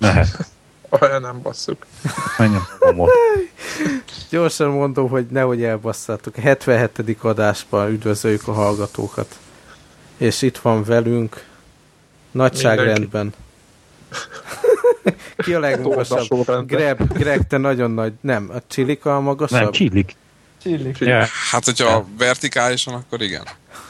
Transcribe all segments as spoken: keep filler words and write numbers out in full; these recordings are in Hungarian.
Lehet. Ah, nem basszuk. Menjem a gomot. Gyorsan mondom, hogy nehogy elbasszátok. A hetvenhetedik adásban üdvözöljük a hallgatókat. És itt van velünk nagyságrendben. Ki a legmagasabb? Greg, Greg, te nagyon nagy. Nem, a Csilika a magasabb? Nem, Csillik. Csillik. Yeah. Hát, hogyha vertikálisan, akkor igen.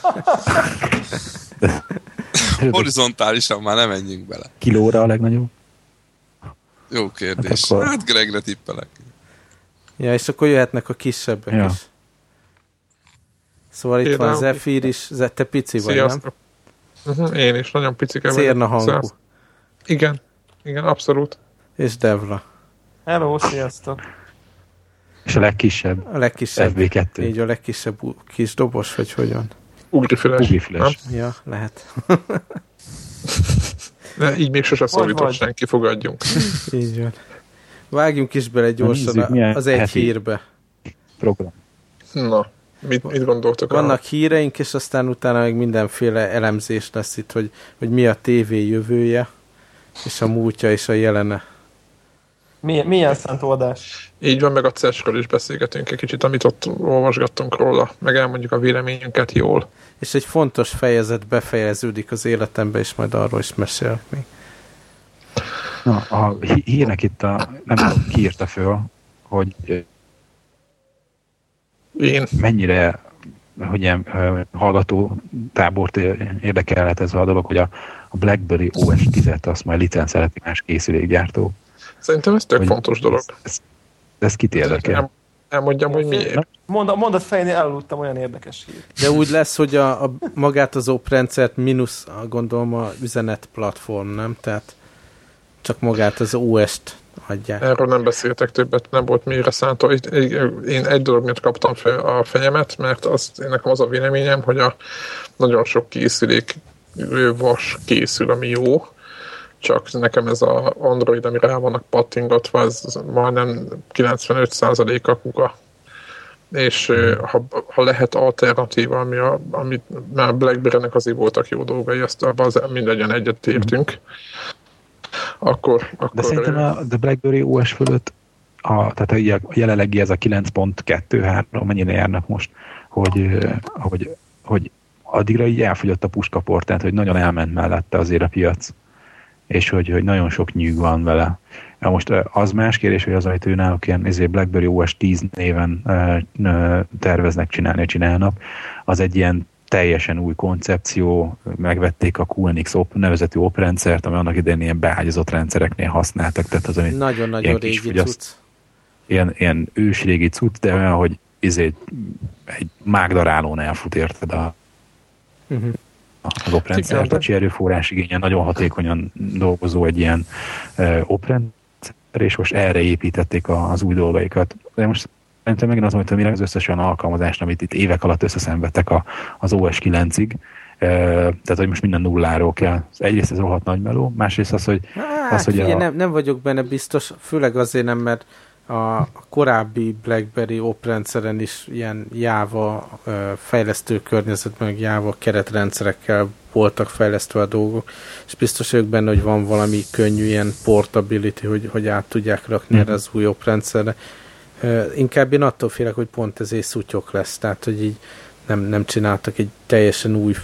Horizontálisan már nem menjünk bele. Kilóra a legnagyobb? Jó kérdés. Hát, akkor... hát Gregre tippelek. Ja, és akkor jöhetnek a kisebbek ja. is. Szóval itt Én van Zephyr is. Te pici vagy, nem? Uh-huh, én is, nagyon picike vagyok. Cérna hangú. Igen, igen, abszolút. És Devla. Hello, sziasztok. És a legkisebb? A legkisebb. ef bé kettő. Így a legkisebb kis dobos, vagy hogyan? Ugrifüles. Ugrifüles. Ja, lehet. De így még sose szólított senki, fogadjunk. Így van. Vágjunk is bele gyorsan nézzük, az egy hírbe. Program. Na, mit, mit gondoltok? Vannak a... híreink, és aztán utána meg mindenféle elemzés lesz itt, hogy, hogy mi a tévé jövője, és a múltja és a jelene. Milyen, milyen szent oldás? Így van, meg a cé e es-ről is beszélgetünk egy kicsit, amit ott olvasgattunk róla, meg elmondjuk a véleményünket jól. És egy fontos fejezet befejeződik az életembe, és majd arról is mesélek még. Na, a hírnek itt a, nem tudom, ki írta föl, hogy én mennyire, hogy ilyen hallgató tábort érdekelhet ez a dolog, hogy a, a BlackBerry o es tízet azt majd licencelheti más készülékgyártó. Szerintem ez tök hogy fontos dolog. Ez, ez, ez kit érdekel? El, elmondjam, hogy miért. Mondat, mondat fején elaludtam, olyan érdekes hír. De úgy lesz, hogy a, a magát az oprendszert mínusz, gondolom, a üzenetplatform, nem? Tehát csak magát az ó es-t adják. Erről nem beszéltek többet, nem volt mire szántó. Én egy dolog miatt kaptam a fejemet, mert azt, én nekem az a véleményem, hogy a nagyon sok készülék vas készül, ami jó, csak nekem ez az Android, amire rá vannak pattingatva, ez majdnem kilencvenöt százaléka kuka. És ha, ha lehet alternatíva, ami a, amit már BlackBerry-nek azért voltak jó dolgai, azt abban mindegyen egyet értünk. Akkor, akkor... De szerintem a The BlackBerry o es fölött, a, tehát a jelenlegi ez a kilenc pont kettő három, mennyire járnak most, hogy, hogy, hogy addigra így elfogyott a puskaport, tehát hogy nagyon elment mellette azért a piac, és hogy, hogy nagyon sok nyűg van vele. Most az más kérdés, hogy az, amit ő náluk ilyen ezért BlackBerry o es tíz néven terveznek csinálni, csinálnak, az egy ilyen teljesen új koncepció, megvették a kú en iksz op, nevezetű oprendszert, ami annak idején ilyen beágyazott rendszereknél használtak. Tehát az, nagyon-nagyon régi cucc. Ilyen, ilyen ősrégi cucc, de olyan, hogy izé, egy mágdarálón elfut, érted a, uh-huh. az oprendszert. A erőforrás igényen nagyon hatékonyan dolgozó egy ilyen uh, oprendszer, és most erre építették a, az új dolgaikat. De most szerintem megint az, hogy mire az összes olyan alkalmazást, amit itt évek alatt összeszenvedtek a, az o es kilencig, e, tehát, hogy most minden nulláról kell. Egyrészt ez rohadt nagy meló, másrészt az, hogy... Hát, az, hogy figyelj, a... nem, nem vagyok benne biztos, főleg azért nem, mert a korábbi BlackBerry oprendszeren is ilyen Java fejlesztő környezetben, meg Java keretrendszerekkel voltak fejlesztve a dolgok, és biztos vagyok benne, hogy van valami könnyű ilyen portability, hogy, hogy át tudják rakni mm. erre az új oprendszerre. Inkább én attól félek, hogy pont ezért szutyok lesz, tehát hogy így nem, nem csináltak egy teljesen új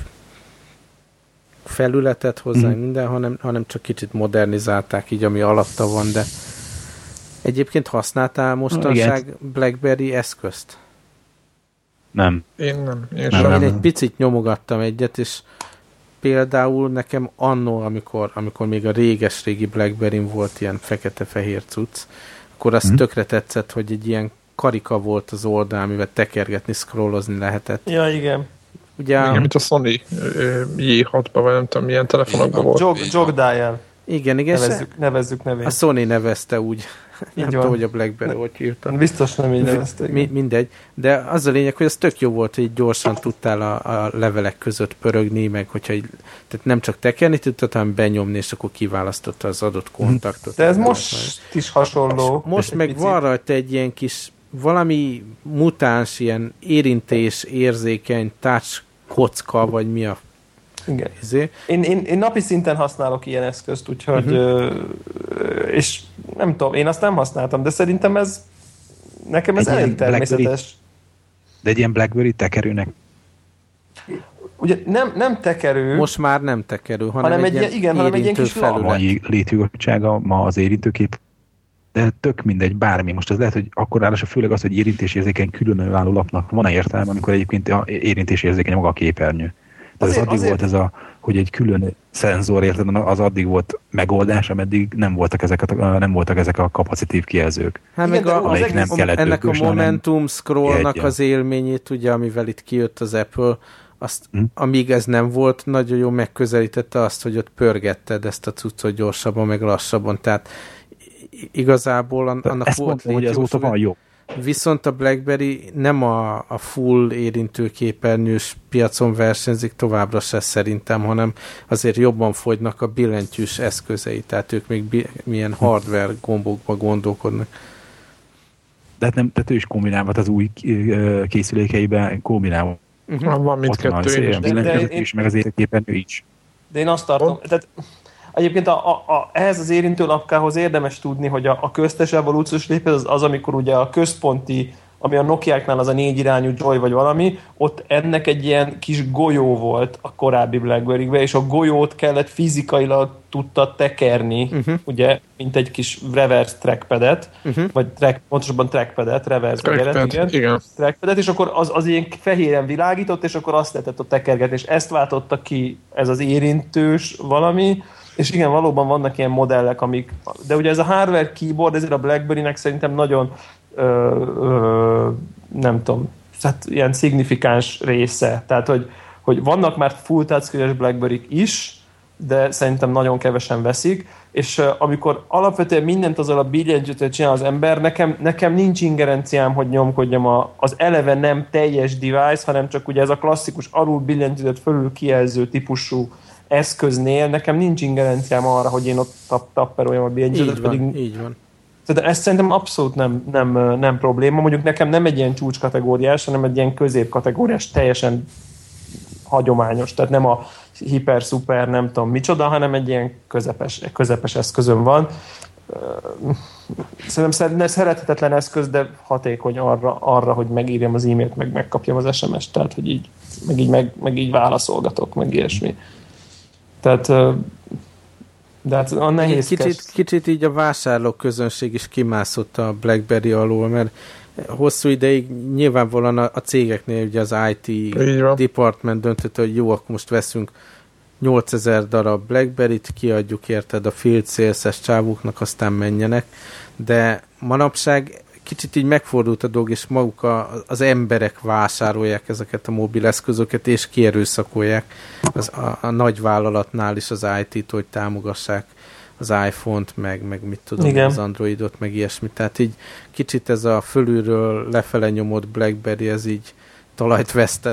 felületet hozzá mm. minden, hanem, hanem csak kicsit modernizálták így, ami alatta van, de egyébként használtál mostanság no, BlackBerry eszközt? Nem. Én nem. Én, nem, sem. én egy picit nyomogattam egyet, és például nekem annó, amikor, amikor még a réges-régi BlackBerryn volt ilyen fekete-fehér cucc, akkor azt mm. tökre tetszett, hogy egy ilyen karika volt az oldal, amivel tekergetni, scrollozni lehetett. Ja, igen. Ugye, igen, mint a Sony jé hatban, vagy nem tudom, milyen telefonokban volt. Jog, Jog Dial. Igen, igen. Nevezzük, nevezzük nevén. A Sony nevezte úgy. Nem tudom, hogy a BlackBerry hogy írta. Biztos nem így nevezte. Mi, mindegy. De az a lényeg, hogy az tök jó volt, hogy gyorsan tudtál a, a levelek között pörögni, meg hogyha így, tehát nem csak tekerni tudtad, hanem benyomni, és akkor kiválasztotta az adott kontaktot. De ez most majd is hasonló. Most meg picit. Van rajta egy ilyen kis valami mutáns, ilyen érintés, érzékeny, touch kocka, vagy mi a Igen. Izé. Én, én, én napi szinten használok ilyen eszközt, úgyhogy uh-huh. és nem tudom, én azt nem használtam, de szerintem ez nekem ez egy elég természetes. Blackberry, de egy ilyen BlackBerry tekerőnek ugye nem, nem tekerő. Most már nem tekerő, hanem, hanem egy, egy ilyen, igen, hanem egy ilyen kis felület. mai létjogosultsága, ma az érintőkép, de tök mindegy, bármi. Most ez lehet, hogy akkor ráadásul főleg az, hogy érintésérzékeny különálló lapnak van-e értelme, amikor egyébként érintésérzékeny maga a képernyő. Tehát az addig azért... volt ez a, hogy egy külön szenzor, érted, az addig volt megoldás, ameddig nem voltak ezek a, nem voltak ezek a kapacitív kijelzők. Hát meg a, amelyik az nem kellett ennek a Momentum Scrollnak egy, az élményét, ugye, amivel itt kijött az Apple, azt, hm? amíg ez nem volt, nagyon jól megközelítette azt, hogy ott pörgetted ezt a cuccot gyorsabban, meg lassabban, tehát igazából annak ezt volt mondom, hogy azóta van jó. Viszont a BlackBerry nem a, a full érintőképernyős piacon versenyzik továbbra se szerintem, hanem azért jobban fogynak a billentyűs eszközei, tehát ők még bi- milyen hardware gombokba gondolkodnak. De hát nem, tehát ő is kombinálva, az új készülékeiben kombinálva. Uh-huh. Van mindkettő is. De, de én, is, meg az érintőképernyő is. De én azt tartom, oh. tehát egyébként a, a, a, ehhez az érintőlapkához érdemes tudni, hogy a, a köztes evolúciós lépés az, az, amikor ugye a központi, ami a Nokiáknál az a négy irányú Joy vagy valami, ott ennek egy ilyen kis golyó volt a korábbi BlackBerry-be, és a golyót kellett fizikailag tudta tekerni, uh-huh. ugye, mint egy kis reverse trackpadet, uh-huh. vagy track, pontosabban trackpadet, reverse trackpad, igen, igen. trackpadet, és akkor az, az ilyen fehéren világított, és akkor azt lehetett a tekergetni, és ezt váltotta ki ez az érintős valami, és igen, valóban vannak ilyen modellek, amik, de ugye ez a hardware keyboard, ezért a BlackBerry-nek szerintem nagyon Ö, ö, nem tudom, tehát ilyen szignifikáns része. Tehát, hogy, hogy vannak már full touchscreen-es BlackBerry-k is, de szerintem nagyon kevesen veszik, és uh, amikor alapvetően mindent azzal a billentyűtől csinál az ember, nekem, nekem nincs ingerenciám, hogy nyomkodjam a, az eleve nem teljes device, hanem csak ugye ez a klasszikus alul billentyűtöt fölül kijelző típusú eszköznél, nekem nincs ingerenciám arra, hogy én ott tap, tapperoljam a billentyűtöt. Így van, pedig így van. Tehát ez szerintem abszolút nem, nem, nem probléma. Mondjuk nekem nem egy ilyen csúcskategóriás, hanem egy ilyen középkategóriás, teljesen hagyományos. Tehát nem a hiper, szuper, nem tudom micsoda, hanem egy ilyen közepes, közepes eszközön van. Szerintem szerethetetlen eszköz, de hatékony arra, arra hogy megírjam az e-mailt, meg megkapjam az es em es-t, tehát hogy így, meg, így, meg, meg így válaszolgatok, meg ilyesmi. Tehát de hát a nehéz kicsit, kicsit így a vásárlók közönség is kimászott a BlackBerry alól, mert hosszú ideig nyilvánvalóan a, a cégeknél ugye az i té department döntött, hogy jó, akkor most veszünk nyolcezer darab BlackBerry-t, kiadjuk érted a field sales-es csávuknak, aztán menjenek, de manapság kicsit így megfordult a dolog, és maguk a, az emberek vásárolják ezeket a mobileszközöket, és kierőszakolják az, a, a nagy vállalatnál is az i té-t, hogy támogassák az iPhone-t, meg, meg mit tudom, igen. az Androidot, meg ilyesmi. Tehát így kicsit ez a fölülről lefele nyomott BlackBerry, ez így talajt vesztett.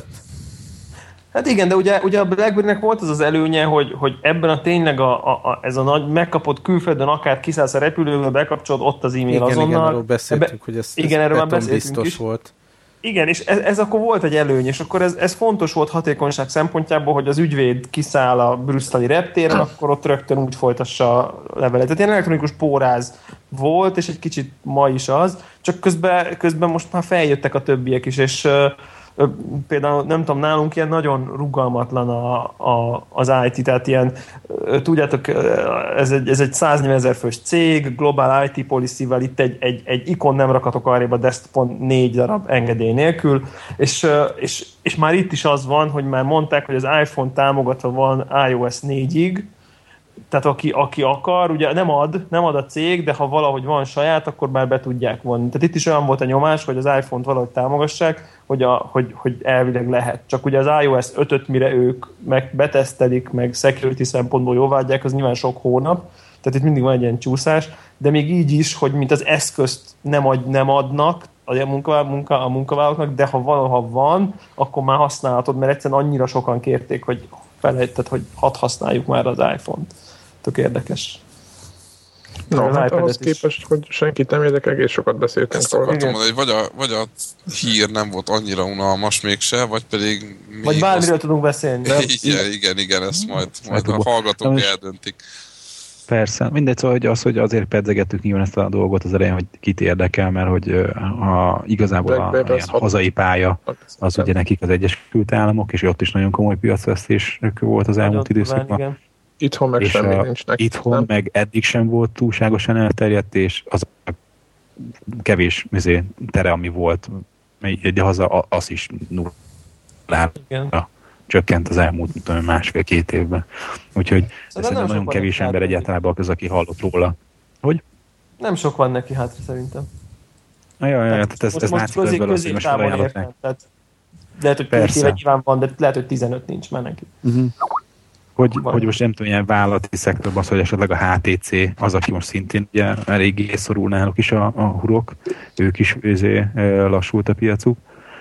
Hát igen, de ugye, ugye a BlackBerry-nek volt az az előnye, hogy, hogy ebben a tényleg a, a, a, ez a nagy megkapott külföldön, akár kiszállsz a repülőből, bekapcsolod ott az e-mail igen, azonnal. Igen, arról beszéltünk, Ebbe, hogy ez, igen, ez erről már beszéltünk biztos is. volt. Igen, és ez, ez akkor volt egy előny, és akkor ez, ez fontos volt hatékonyság szempontjából, hogy az ügyvéd kiszáll a brüsszeli reptéren, akkor ott rögtön úgy folytassa a levelet. Tehát ilyen elektronikus póráz volt, és egy kicsit ma is az, csak közben, közben most már feljöttek a többiek is, és például nem tudom, nálunk ilyen nagyon rugalmatlan a, a, az i té, tehát ilyen, tudjátok, ez egy, ez egy száznegyvenezer fős cég, globál i té policy-val, itt egy, egy, egy ikon nem rakatok arrébb a desktopon négy darab engedély nélkül, és, és, és már itt is az van, hogy már mondták, hogy az iPhone támogatva van iOS négyig, tehát aki, aki akar, ugye nem ad, nem ad a cég, de ha valahogy van saját, akkor már be tudják vonni. Tehát itt is olyan volt a nyomás, hogy az iPhone-t valahogy támogassák, hogy, a, hogy, hogy elvileg lehet. Csak ugye az iOS ötöt, mire ők meg betesztelik, meg security szempontból jóvágyják, az nyilván sok hónap, tehát itt mindig van egy ilyen csúszás, de még így is, hogy mint az eszközt nem, ad, nem adnak a, munka, munka, a munkavállalóknak, de ha valaha van, akkor már használhatod, mert egyszerűen annyira sokan kérték, hogy felejtett, hogy hadd használjuk már az iPhone-t. Tök érdekes. No, hát ahhoz képest, hogy senkit nem érdekel, egész sokat beszéltünk ezt róla. akartam mondani, hogy vagy a, vagy a hír nem volt annyira unalmas mégse, vagy pedig... Vagy bármiről azt... tudunk beszélni, nem? Igen, igen, igen, ezt majd, majd a hallgatók eldöntik. Persze, mindegy, szóval hogy az, hogy azért pedzegettük nyilván ezt a dolgot az elején, hogy kit érdekel, mert hogy a, igazából a, a hazai pálya, az ugye nekik az Egyesült Államok, és ott is nagyon komoly piacvesztés volt az elmúlt időszakban. Itthon meg és semmi a, nincs nekik. Itthon nem? meg eddig sem volt túlságosan elterjedt, és az a kevés mizé, tere, ami volt, de haza, az is nullára csökkent az elmúlt másfél-két évben. Úgyhogy szóval szerintem nagyon kevés ember egyáltalán az, aki hallott róla. Hogy? Nem sok van neki hátra szerintem. Na jaj, jaj, tehát ez, ez látszik az belőle, hogy most felajánlották. Lehet, hogy két éve nyilván van, de lehet, hogy tizenöt nincs már neki. Uh-huh. Hogy, hogy most nem tudom, ilyen vállalati szektorban az, hogy esetleg a há té cé az, aki most szintén ugye eléggé szorul náluk is a, a hurok, ők is őzé, lassult a piacuk.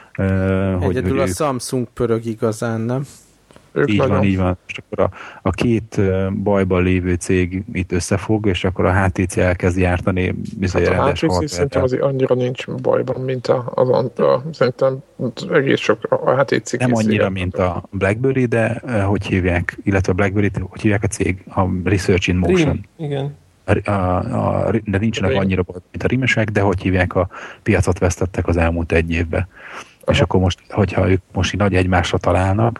Uh, Egyedül a ők... Samsung pörög igazán, nem? Ők így nagyon... van, így van. És akkor a, a két bajban lévő cég itt összefog, és akkor a há té cé elkezd jártani bizonyos hát a há té cé szerintem azért annyira nincs bajban, mint a, az a, szerintem egész sok a há té cé. Nem annyira, mint a BlackBerry, de hogy hívják, illetve a BlackBerry-t, hogy hívják a cég? A Research in Motion. Rim, igen. A, a, a, de nincsenek Rim. Annyira, mint a rimesek, de hogy hívják, a piacot vesztettek az elmúlt egy évben. Aha. És akkor most, hogyha ők most így nagy egymásra találnak,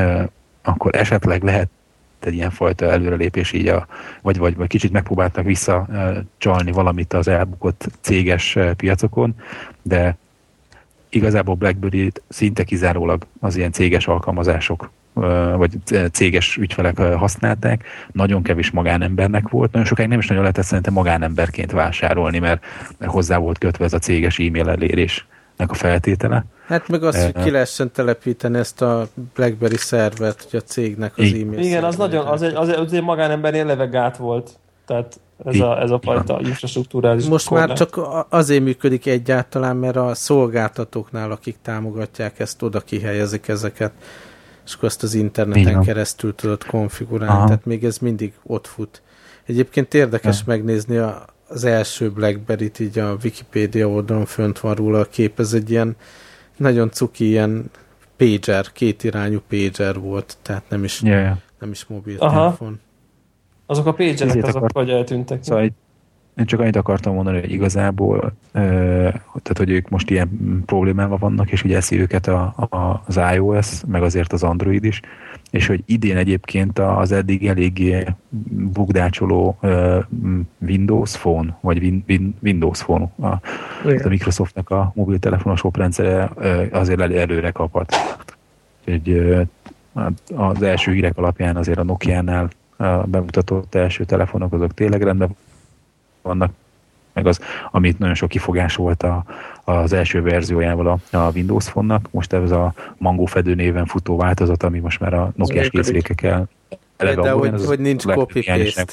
akkor esetleg lehet egy ilyenfajta előrelépés így, a, vagy, vagy, vagy kicsit megpróbáltak visszacsalni valamit az elbukott céges piacokon, de igazából BlackBerry-t szinte kizárólag az ilyen céges alkalmazások, vagy céges ügyfelek használták, nagyon kevés magánembernek volt, nagyon sokáig nem is nagyon lehetett szerintem magánemberként vásárolni, mert, mert hozzá volt kötve ez a céges e-mail elérésnek a feltétele. Hát meg az, hogy ki lehessen telepíteni ezt a BlackBerry szervert, hogy a cégnek az e-mail. Igen, az nagyon, az egy, az egy, az egy magánember eleve gát volt. Tehát ez a, ez a fajta infrastruktúrális most korlát. Már csak azért működik egyáltalán, mert a szolgáltatóknál, akik támogatják ezt, oda kihelyezik ezeket, és akkor ezt az interneten igen. keresztül tudod konfigurálni. Aha. Tehát még ez mindig ott fut. Egyébként érdekes ja. megnézni a, az első BlackBerry-t, így a Wikipédia oldalon fönt van róla a kép, ez egy ilyen nagyon cuki ilyen pager, kétirányú pager volt, tehát nem is, yeah, yeah. nem is mobiltelefon. Azok a pagerek, azok akart... hogy eltűntek. Szóval egy, én csak annyit akartam mondani, hogy igazából e, tehát, hogy ők most ilyen problémával vannak, és ugye eszi őket a, a, az iOS, meg azért az Android is, és hogy idén egyébként az eddig eléggé bugdácsoló uh, Windows Phone, vagy win, win, Windows Phone, a, a Microsoftnak a mobiltelefonos oprendszere uh, azért elő, előre kapat. Úgyhogy uh, az első hírek alapján azért a Nokia-nál uh, bemutatott első telefonok, azok tényleg rendben vannak, meg az, amit nagyon sok kifogás volt a, az első verziójával a, a Windows Phone-nak. Most ez a Mango Fedő néven futó változat, ami most már a Nokia-s készülékekkel eleve de hogy, hogy nincs copy-paste.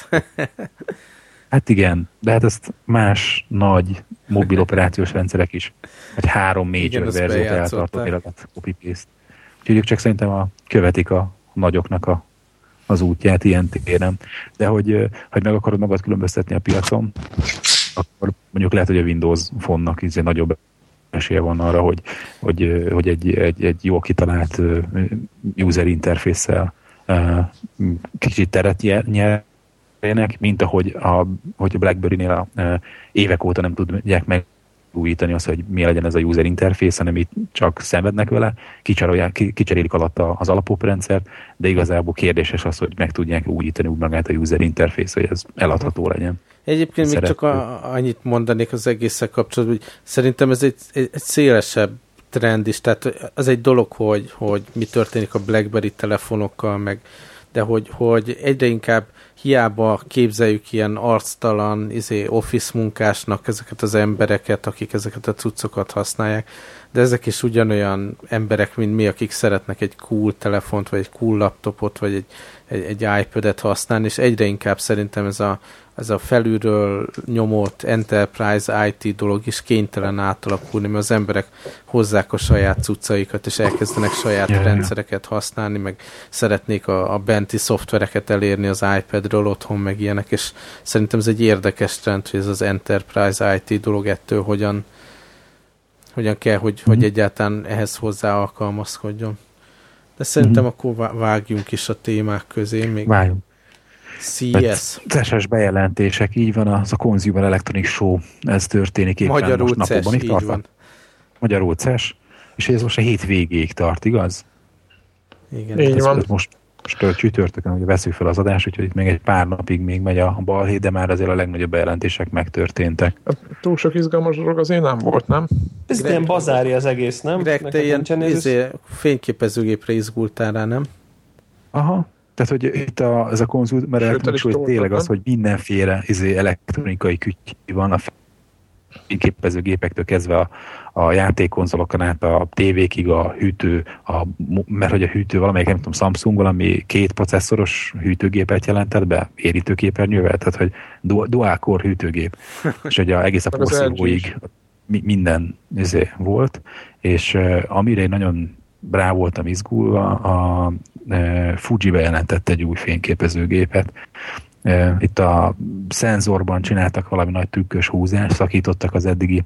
Hát igen, de hát ezt más nagy mobil operációs rendszerek is, vagy három major verziót eltartott életet copy-paste. Úgyhogy ők csak szerintem a, követik a nagyoknak a, az útját ilyen téren. De hogy, hogy meg akarod magad különböztetni a piacon, akkor mondjuk lehet, hogy a Windows Phone-nak így nagyobb esélye van arra, hogy, hogy, hogy egy, egy, egy jól kitalált user interfésszel kicsit teret nyerjenek, mint ahogy a, hogy a BlackBerry-nél a, évek óta nem tudják megújítani azt, hogy mi legyen ez a user interface, hanem itt csak szenvednek vele, kicserélik alatt az alapoprendszert, de igazából kérdéses az, hogy meg tudják újítani úgy magát a user interface, hogy ez eladható legyen. Egyébként még csak a, annyit mondanék az egésszel kapcsolatban, hogy szerintem ez egy, egy, egy szélesebb trend is, tehát az egy dolog, hogy, hogy mi történik a BlackBerry telefonokkal, meg, de hogy, hogy egyre inkább hiába képzeljük ilyen arctalan izé, office munkásnak ezeket az embereket, akik ezeket a cuccokat használják, de ezek is ugyanolyan emberek, mint mi, akik szeretnek egy cool telefont, vagy egy cool laptopot, vagy egy, egy, egy iPad-et használni, és egyre inkább szerintem ez a, ez a felülről nyomott Enterprise i té dolog is kénytelen átalakulni, mert az emberek hozzák a saját cuccaikat, és elkezdenek saját yeah, rendszereket használni, meg szeretnék a, a benti szoftvereket elérni az iPadről otthon, meg ilyenek, és szerintem ez egy érdekes trend, hogy ez az Enterprise i té dolog ettől hogyan, hogyan kell, hogy, mm-hmm. hogy egyáltalán ehhez hozzá alkalmazkodjon. De szerintem mm-hmm. akkor vágjunk is a témák közé. Még vágjunk. cé e es. cé e es bejelentések, így van, az a Consumer Electronics Show, ez történik éppen Magyarul most napokban. Így tart, van. Magyarul cé e es, és ez most a hétvégéig tart, igaz? Igen. Így ez, van. ez most, most csütörtökön, ugye veszünk fel az adást, úgyhogy itt még egy pár napig még megy a balhé, de már azért a legnagyobb bejelentések megtörténtek. Hát, túl sok izgalmas dolog azért nem volt, nem? Ez Greg, ilyen bazári az egész, nem? Greg, te ilyen izé, fényképezőgépre izgultál rá, nem? Aha. Tehát, hogy itt a, ez a Consumer Electronics Show tényleg az, hogy mindenféle izé, elektronikai kütyű van a fényképezőgépektől kezdve a, a játékkonzolokon át a tévékig, a hűtő, a, mert hogy a hűtő valamelyik, nem tudom, Samsung valami két processzoros hűtőgépet jelentett be, érítőképernyővel, tehát hogy dual-core hűtőgép, és hogy a, egész a porszívóig minden izé, volt, és uh, amire én nagyon rá voltam izgulva, a, a Fuji bejelentett egy új fényképezőgépet. Itt a szenzorban csináltak valami nagy trükkös húzást, szakítottak az eddigi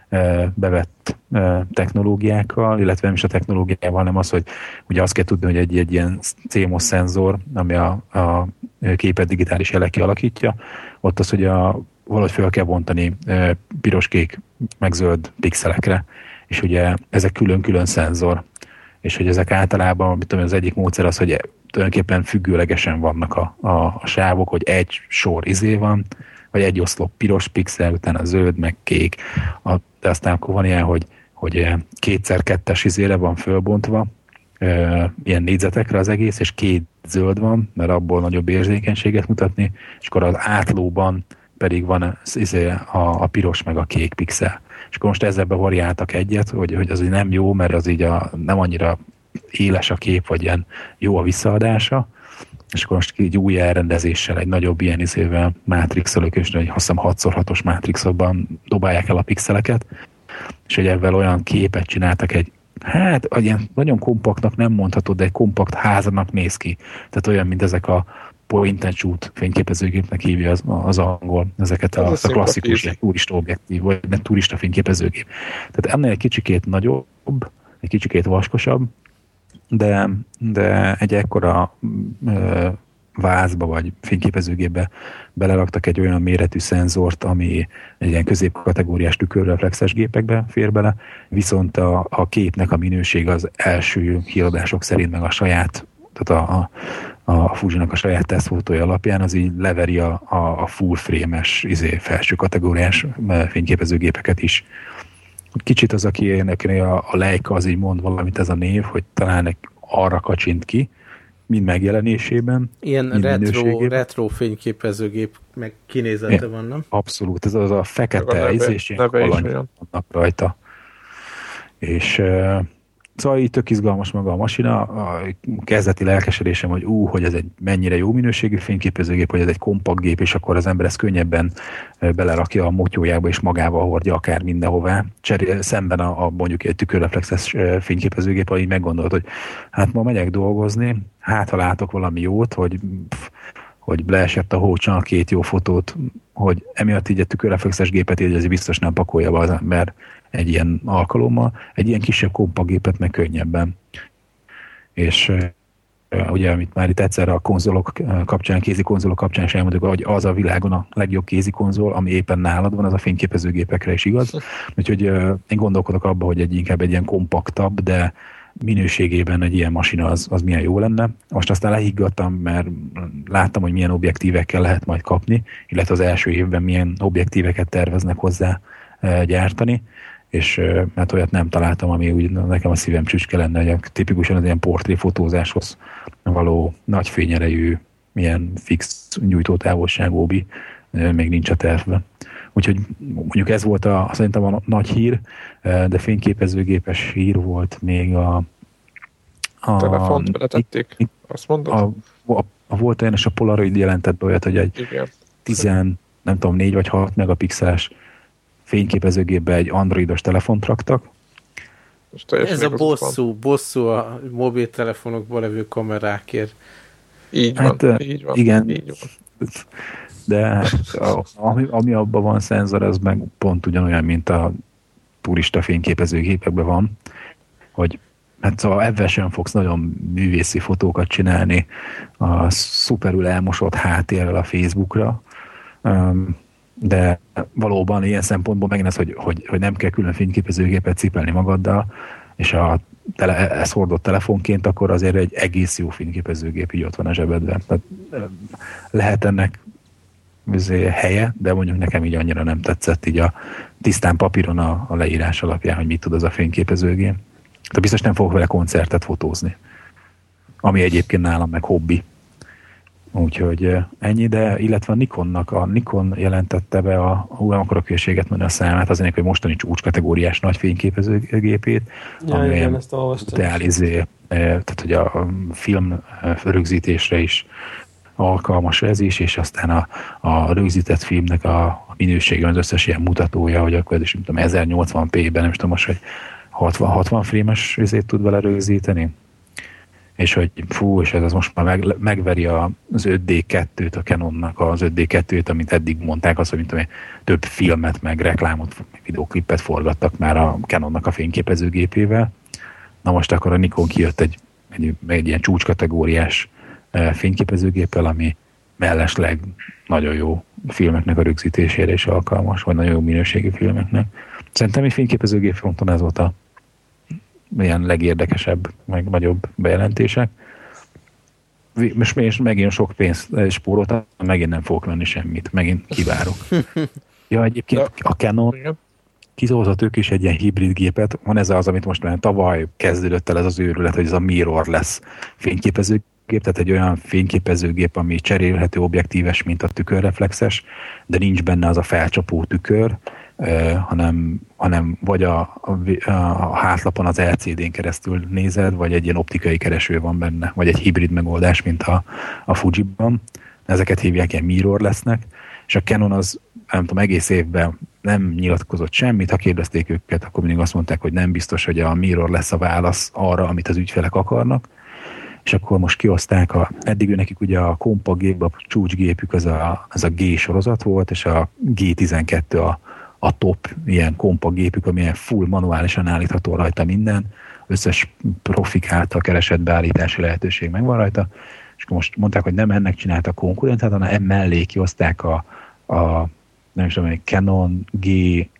bevett technológiákkal, illetve nem is a technológiával, hanem az, hogy ugye azt kell tudni, hogy egy, egy ilyen cé em o es szenzor, ami a, a képet digitális jelek kialakítja, ott az, hogy a, valahogy fel kell bontani piros, kék, meg zöld pixelekre, és ugye ezek külön-külön szenzor, és hogy ezek általában, mit tudom, az egyik módszer az, hogy tulajdonképpen függőlegesen vannak a, a, a sávok, hogy egy sor izé van, vagy egy oszlop piros pixel, utána zöld, meg kék. A, de aztán akkor van ilyen, hogy, hogy kétszer kettes izére van fölbontva, e, ilyen négyzetekre az egész, és két zöld van, mert abból nagyobb érzékenységet mutatni, és akkor az átlóban pedig van az, izé, a, a piros meg a kék pixel. És akkor most ezzel variáltak egyet, hogy, hogy az így nem jó, mert az így a, nem annyira éles a kép, vagy ilyen jó a visszaadása, és akkor most így új elrendezéssel, egy nagyobb ilyen izével mátrixolok, és azt hiszem hat szor hatos mátrixokban dobálják el a pixeleket, és hogy ebben olyan képet csináltak, egy hát ilyen nagyon kompaktnak nem mondhatod, de egy kompakt háznak néz ki. Tehát olyan, mint ezek a point and shoot fényképezőgépnek hívja az, az angol, ezeket a, a klasszikus ilyen turista objektív, vagy nem turista fényképezőgép. Tehát ennél egy kicsikét nagyobb, egy kicsikét vaskosabb, de, de egy ekkora ö, vázba vagy fényképezőgépbe beleraktak egy olyan méretű szenzort, ami egy ilyen középkategóriás tükörreflexes gépekbe fér bele, viszont a, a képnek a minőség az első híradások szerint meg a saját, tehát a, a, a Fuji-nak a saját tesztfotója alapján az így leveri a, a, a full frame-es izé, felső kategóriás fényképezőgépeket is. Kicsit az, aki a, a Leica az így mond valamit ez a név, hogy talán arra kacsint ki, mind megjelenésében. Ilyen mind retro, retro fényképezőgép meg kinézete ja, van, nem? Abszolút, ez az a fekete íz, és ilyen alanyok vannak rajta. És uh, szóval így tök izgalmas maga a masina, a kezdeti lelkesedésem, hogy ú, hogy ez egy mennyire jó minőségű fényképezőgép, hogy ez egy kompakt gép, és akkor az ember ezt könnyebben belerakja a motyójába, és magával hordja akár mindenhová. Cserél, szemben a, a mondjuk egy tükörreflexes fényképezőgép, ahogy meggondolt, hogy hát ma megyek dolgozni, hát ha látok valami jót, hogy pff, hogy leesett a hócsan a két jó fotót, hogy emiatt így egy tükörreflexes gépet így azért biztos nem pakolja be az ember egy ilyen alkalommal, egy ilyen kisebb kompakt gépet meg könnyebben. És uh, ugye, amit már itt egyszerre a konzolok kapcsán, kézi konzolok kapcsán is elmondjuk, hogy az a világon a legjobb kézi konzol, ami éppen nálad van, az a fényképezőgépekre is igaz. Úgyhogy uh, én gondolkodok abba, hogy egy inkább egy ilyen kompaktabb, de minőségében egy ilyen masina az, az milyen jó lenne. Most aztán lehiggadtam, mert láttam, hogy milyen objektívekkel lehet majd kapni, illetve az első évben milyen objektíveket terveznek hozzá e, gyártani, és e, mert olyat nem találtam, ami úgy nekem a szívem csücske lenne, hogy tipikusan az ilyen portréfotózáshoz való nagy fényerejű, milyen fix gyújtótávolságú obi e, még nincs a tervben. Úgyhogy mondjuk ez volt a, szerintem a nagy hír, de fényképezőgépes hír volt még a... a telefont beletették, azt mondod? A, a, a volt olyan, és a Polaroid jelentett be olyat, hogy egy tíz, nem tudom, négy vagy hat megapixeles fényképezőgépbe egy androidos telefont raktak. Ez a bosszú, bosszú a mobiltelefonokban levő kamerákért. Így van, hát, így van. Igen. Így van. De ami, ami abban van szenzor, az meg pont ugyanolyan, mint a turista fényképezőgépekben van, hogy hát szóval ebben sem fogsz nagyon művészi fotókat csinálni a szuperül elmosott háttérrel a Facebookra, de valóban ilyen szempontból megint az, hogy, hogy, hogy nem kell külön fényképezőgépet cipelni magaddal, és a tele, ezt hordott telefonként, akkor azért egy egész jó fényképezőgép így ott van a zsebedben. Tehát lehet ennek helye, de mondjuk nekem így annyira nem tetszett így a tisztán papíron a, a leírás alapján, hogy mit tud az a fényképezőgép. Tehát biztos nem fogok vele koncertet fotózni, ami egyébként nálam meg hobbi. Úgyhogy ennyi, de illetve a Nikonnak, a Nikon jelentette be a, hú, nem akarok hülyeséget mondani a számát, azért, hogy mostani csúcskategóriás nagy fényképezőgépét, ja, ami igen, ezt olvastam. Tehát, hogy a film rögzítésre is alkalmas ez is, és aztán a, a rögzített filmnek a minősége, az összes ilyen mutatója, hogy akkor ez is, nem tudom, ezernyolcvan pé-ben, nem tudom most, hogy hatvan, hatvan frémes vizét tud vele rögzíteni, és hogy fú, és ez az most már meg, megveri az öt dé kettőt, a Canonnak az öt dé kettőt, amit eddig mondták, azt, hogy mint tudom, több filmet, meg reklámot, videóklipet forgattak már a Canonnak a fényképezőgépével. Na most akkor a Nikon kijött egy, egy, egy ilyen csúcskategóriás fényképezőgéppel, ami mellesleg nagyon jó filmeknek a rögzítésére is alkalmas, vagy nagyon jó minőségű filmeknek. Szerintem egy fényképezőgép fronton ez volt a ilyen legérdekesebb, meg nagyobb bejelentések. Most és megint sok pénzt spóroltam, megint nem fogok venni semmit, megint kivárok. Ja, egyébként a Canon kihozott ők is egy ilyen hibrid gépet, van ez az, amit most már tavaly kezdődött el ez az őrület, hogy ez a mirrorless fényképezőgép, tehát egy olyan fényképezőgép, ami cserélhető objektíves, mint a tükörreflexes, de nincs benne az a felcsapó tükör, Uh, hanem, hanem vagy a, a, a hátlapon az el cé dén keresztül nézed, vagy egy ilyen optikai kereső van benne, vagy egy hibrid megoldás, mint a, a Fuji-ban. Ezeket hívják ilyen mirror lesznek, és a Canon az, nem tudom, egész évben nem nyilatkozott semmit, ha kérdezték őket, akkor mindig azt mondták, hogy nem biztos, hogy a mirror lesz a válasz arra, amit az ügyfelek akarnak, és akkor most kioszták, a, eddig nekik ugye a kompakt gép, a csúcsgépük az a, az a G sorozat volt, és a G tizenkettő a a top ilyen kompakt gépük, amilyen full manuálisan állítható rajta minden, összes profik által keresett beállítási lehetőség megvan rajta, és akkor most mondták, hogy nem ennek csináltak konkurenciát, hanem emellé kioszták a, a nem is tudom, Canon G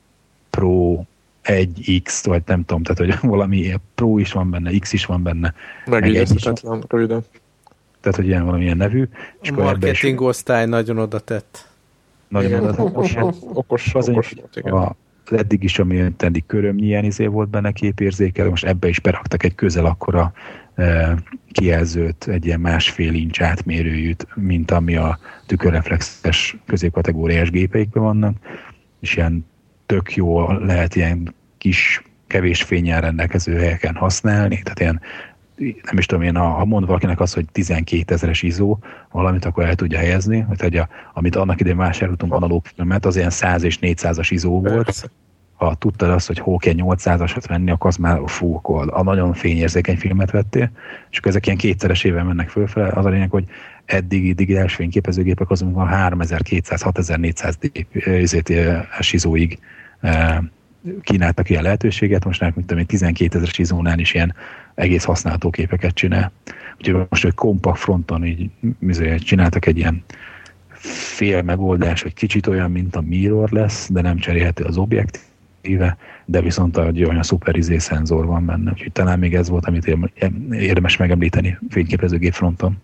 Pro egy X, vagy nem tudom, tehát hogy valami Pro is van benne, X is van benne. Megígyezhetetlen, röviden. Tehát, hogy ilyen valamilyen nevű. És a marketing osztály nagyon oda tett. Nagyon oda okos, okos, az okos volt, igen. A, eddig is, ami eddig körömnyi ilyen izé volt benne képérzékelő, most ebbe is beraktak egy közel akkora e, kijelzőt, egy ilyen másfél incs átmérőjűt, mint ami a tükörreflexes középkategóriás gépeikben vannak, és ilyen tök jó lehet ilyen kis, kevés fénnyel rendelkező helyeken használni, tehát ilyen nem is tudom én, ha mond valakinek az, hogy tizenkétezeres izó valamit, akkor el tudja helyezni, hogy a, amit annak idején vásároltunk analóg filmet, az ilyen száz és négyszázas izó volt. Persze. Ha tudtad azt, hogy hol kell nyolcszázasat venni, akkor az már fú, akkor a nagyon fényérzékeny filmet vettél, és akkor ezek ilyen kétszeresével mennek fölfele. Az a lényeg, hogy eddigi digitális fényképezőgépek azon van háromezer-kétszáz, hatezer-négyszáz izóig kínáltak ilyen lehetőséget, most nem tudom, hogy tizenkétezeres izónál is ilyen egész használható képeket csinál. Úgyhogy most, hogy kompakt fronton így csináltak egy ilyen fél megoldás, hogy kicsit olyan, mint a mirror lesz, de nem cserélhető az objektíve, de viszont egy olyan szuper izé szenzor van benne. Úgyhogy talán még ez volt, amit érdemes megemlíteni fényképezőgép fronton.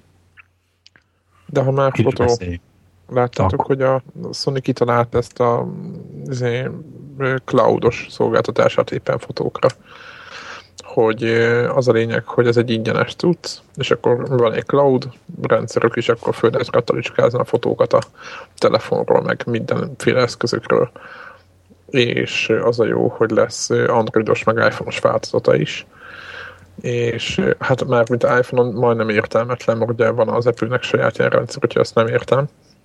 De ha már fotó, láttátok, hogy a Sony kitalált ezt a cloudos szolgáltatását éppen fotókra, hogy az a lényeg, hogy ez egy ingyenes tudsz, és akkor van egy cloud rendszerük is, akkor föl lehet katalicskázni a fotókat a telefonról, meg mindenféle eszközökről. És az a jó, hogy lesz androidos, meg iPhone-os változata is. És hát már mint iPhone-on majdnem értelmetlen, mert ugye van az Apple-nek saját ilyen rendszer, úgyhogy azt nem értem.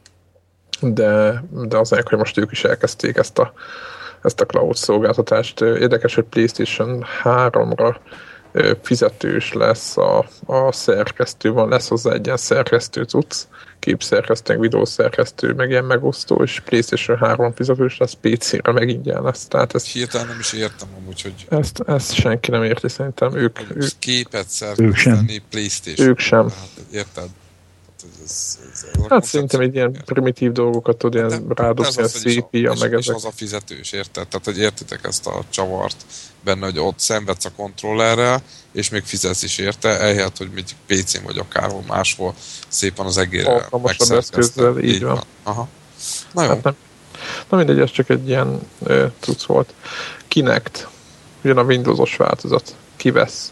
De, de az hogy most ők is elkezdték ezt a, ezt a cloud szolgáltatást. Érdekes, hogy PlayStation háromra fizetős lesz a, a szerkesztő, van lesz hozzá egy ilyen szerkesztő cucc, képszerkesztő, videószerkesztő, meg ilyen megosztó, és PlayStation három fizetős lesz, pé cére meg ingyen lesz. Tehát ezt, hirtelen nem is értem amúgy, hogy... Ezt, ezt senki nem érti, szerintem. Ők, ők, képet szerkeszteni PlayStation. Ők sem. Tehát, érted? Ez, ez, ez hát szerintem egy ilyen primitív dolgokat tud ilyen rádobni a szépia, meg és, ezek. És az a fizetős, érted? Tehát, hogy értitek ezt a csavart benne, hogy ott szenvedsz a kontrollerrel, és még fizetsz is érte, ehelyett, hogy még pé cén vagy akárhol máshol szépen az egérrel megszerkezted. Így van. van. Aha. Na jó. Hát nem. Na mindegy, ez csak egy ilyen ö, cucc volt. Kinect. Jön a Windowsos változat. Ki vesz?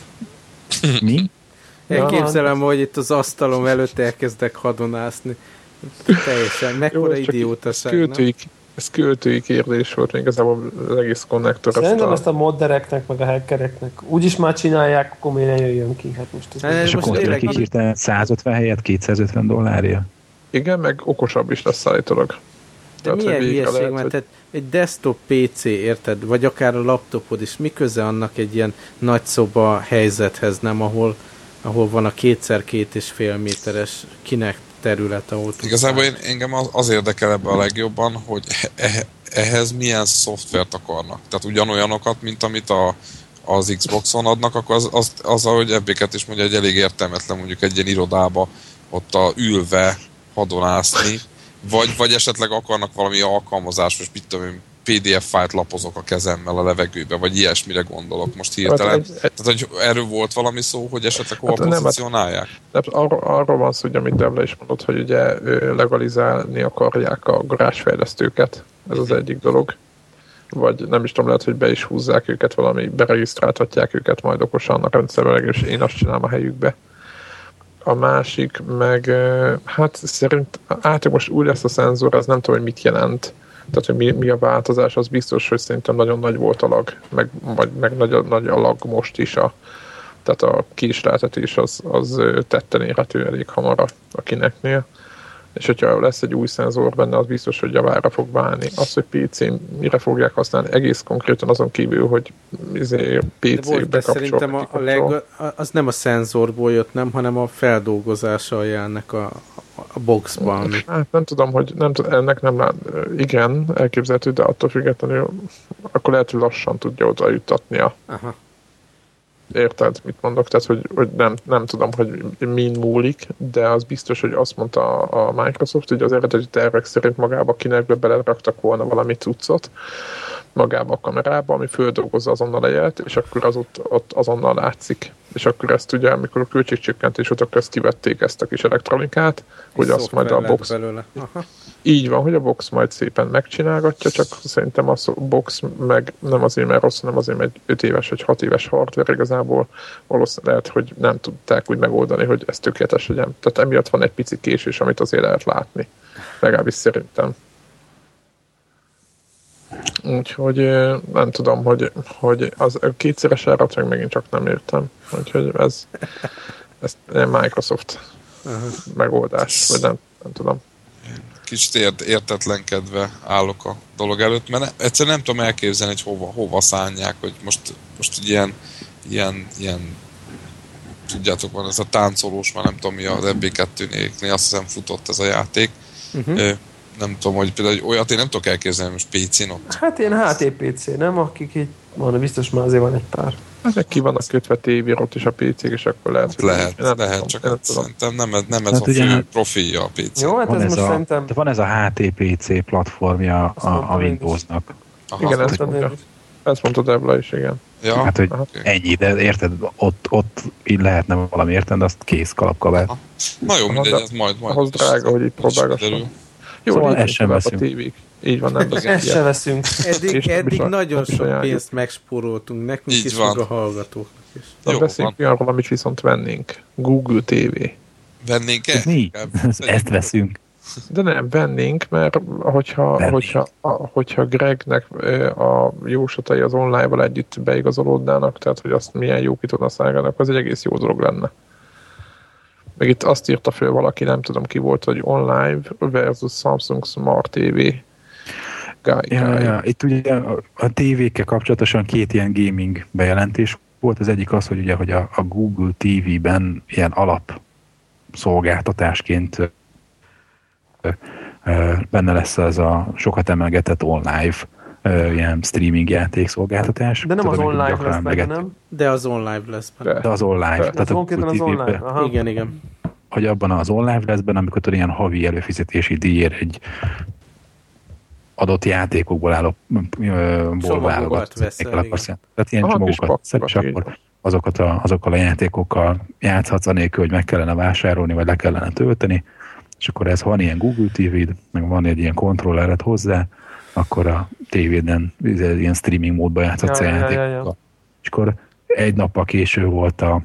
Mi? Elképzelem, hogy itt az asztalom előtt elkezdek hadonászni. Teljesen, mekkora idiótaság, ez költői, ez költői kérdés volt még igazából az egész konnektor. Szerintem ezt a moddereknek, meg a hackereknek úgyis már csinálják, akkor miért ne jöjjön ki? Hát most ez és akkor tényleg hirtelen százötven helyett kétszázötven dollárja? Igen, meg okosabb is lesz állítólag. De tehát, milyen hülyeség, lehet, mert hogy... egy desktop pé cé, érted? Vagy akár a laptopod is, mi köze annak egy ilyen nagy szoba helyzethez, nem? Ahol, ahol van a kétszer két és fél méteres Kinect terület, ahol... Igazából én, engem az, az érdekel ebben a legjobban, hogy eh, ehhez milyen szoftvert akarnak. Tehát ugyanolyanokat, mint amit a, az Xboxon adnak, akkor az, az, az ahogy ebbéket is mondja, egy elég értelmetlen mondjuk egy ilyen irodába ott a ülve hadonászni, vagy, vagy esetleg akarnak valami alkalmazás, most mit tudom én, pé dé ef fájlt lapozok a kezemmel a levegőbe, vagy ilyesmire gondolok most hirtelen. Hát, egy, egy, Tehát, hogy erről volt valami szó, hogy esetleg hova hát pozícionálják? Nem, hát, arról, arról van szó, hogy amit Devla is mondott, hogy ugye legalizálni akarják a garázsfejlesztőket. Ez az egyik dolog. Vagy nem is tudom, lehet, hogy be is húzzák őket valami, beregisztráltatják őket majd okosan a rendszerben, és én azt csinálom a helyükbe. A másik meg, hát szerint átlag most új lesz a szenzor, az nem tudom, hogy mit jelent. Tehát, hogy mi, mi a változás, az biztos, hogy szerintem nagyon nagy volt a lag, meg, vagy, meg nagy, nagy a lag most is. A, tehát a késleltetés az, az tetten érhető elég hamar a, a Kinectnél. És hogyha lesz egy új szenzor benne, az biztos, hogy javára fog válni. Az, hogy pé cén mire fogják használni, egész konkrétan azon kívül, hogy pé cé-be kapcsol. Szerintem a, a leg, az nem a szenzorból jött, nem, hanem a feldolgozása ennek a, a boxban. Hát nem tudom, hogy nem tudom, ennek nem lát, igen, elképzelhető, de attól függetlenül akkor lehet, hogy lassan tudja oda juttatni a... Aha. Érted, mit mondok? Tehát, hogy, hogy nem, nem tudom, hogy min múlik, de az biztos, hogy azt mondta a Microsoft, hogy az eredeti tervek szerint magába a Kinectbe beleraktak volna valami cuccot magába a kamerába, ami földolgozza azonnal a jelet, és akkor az ott, ott azonnal látszik. És akkor ezt ugye, amikor a költségcsökkentés volt, akkor ezt kivették ezt a kis elektronikát, hogy azt majd a box... Így van, hogy a box majd szépen megcsinálgatja, csak szerintem a box meg nem azért, mert rossz, hanem azért, mert egy öt éves vagy hat éves hardware igazából valószínűleg lehet, hogy nem tudták úgy megoldani, hogy ez tökéletes legyen. Tehát emiatt van egy pici késés, amit azért lehet látni. Legalábbis szerintem. Úgyhogy nem tudom, hogy, hogy az kétszeres árat meg megint csak nem értem. Úgyhogy ez, ez Microsoft uh-huh. megoldás, vagy nem, nem tudom. Kicsit ért, értetlenkedve állok a dolog előtt, mert ne, egyszerűen nem tudom elképzelni, hogy hova, hova szánják, hogy most, most ilyen, ilyen, ilyen tudjátok, van ez a táncolós, már nem tudom mi az E B kettőnél, azt hiszem futott ez a játék. Uh-huh. Nem tudom, hogy például hogy olyat én nem tudok elképzelni most pé cén ott. Hát ilyen há té pé cé, nem? Akik így van, biztos már azért van egy pár. Ezek ki vannak kötve tévér is a pé cég, és akkor lehet, hogy lehet, nem lehet, tudom, csak hát szerintem nem, nem ez hát a fő hát, profilja a pé cé. Jó, hát van ez, ez most a, szerintem... De van ez a há té pé cé platformja a, a Windowsnak. Aha, igen, ezt mondja. Ezt mondta Debla is, igen. Ja, hát, hogy okay. Ennyi, de érted, ott, ott így lehetne valami érted, de azt kész kalapkabát. Na jó, mindegy, ez majd... majd ahhoz drága, hogy itt próbálgassam. Jó, szóval ez sem a tévék. Így van, nem beszélünk. Ezt se veszünk. Eddig, eddig nagyon sok saját. pénzt megspóroltunk nekünk Így is, van. meg a hallgatóknak is. Na, beszéljünk olyanról, amit viszont vennénk. Google té vé. Vennénk-e? Mi? Ezt veszünk. De nem, vennénk, mert hogyha, Vennénk. hogyha, a, hogyha Gregnek a jóslatai az online-val együtt beigazolódnának, tehát hogy azt milyen jó ki tudna szolgálnak, az egy egész jó dolog lenne. Meg itt azt írta föl valaki, nem tudom ki volt, hogy online versus Samsung Smart té vé. Guy, Ja, guy. ja. Itt ugye a, a tévékkel kapcsolatosan két ilyen gaming bejelentés volt. Az egyik az, hogy ugye, hogy a, a Google té vében ilyen alap szolgáltatásként ö, ö, benne lesz ez a sokat emelgetett online ö, ilyen streaming játékszolgáltatás. De nem Tehát, az amit online gyakran lesz benne, emleget- nem? De az online lesz benne. De. De az online. De. Tehát Ez a konkrétan az Google té vé-be, online. Aha. Igen, igen. hogy abban az online lesz benne, amikor tudod, ilyen havi előfizetési díjért egy adott játékokból álló Csomagokat válogat. veszel, igen. Tehát ilyen Aha, csomagokat kis szed, és pakkokat, akkor azokat a, azokkal a játékokkal játszhatsz anélkül, hogy meg kellene vásárolni, vagy le kellene tölteni, és akkor ez van ilyen Google té véd, meg van egy ilyen kontrollered hozzá, akkor a tévéden ilyen streaming módban játszhatsz Ja, a ja, ja, játékokkal. ja, ja. És akkor egy nappal később volt a,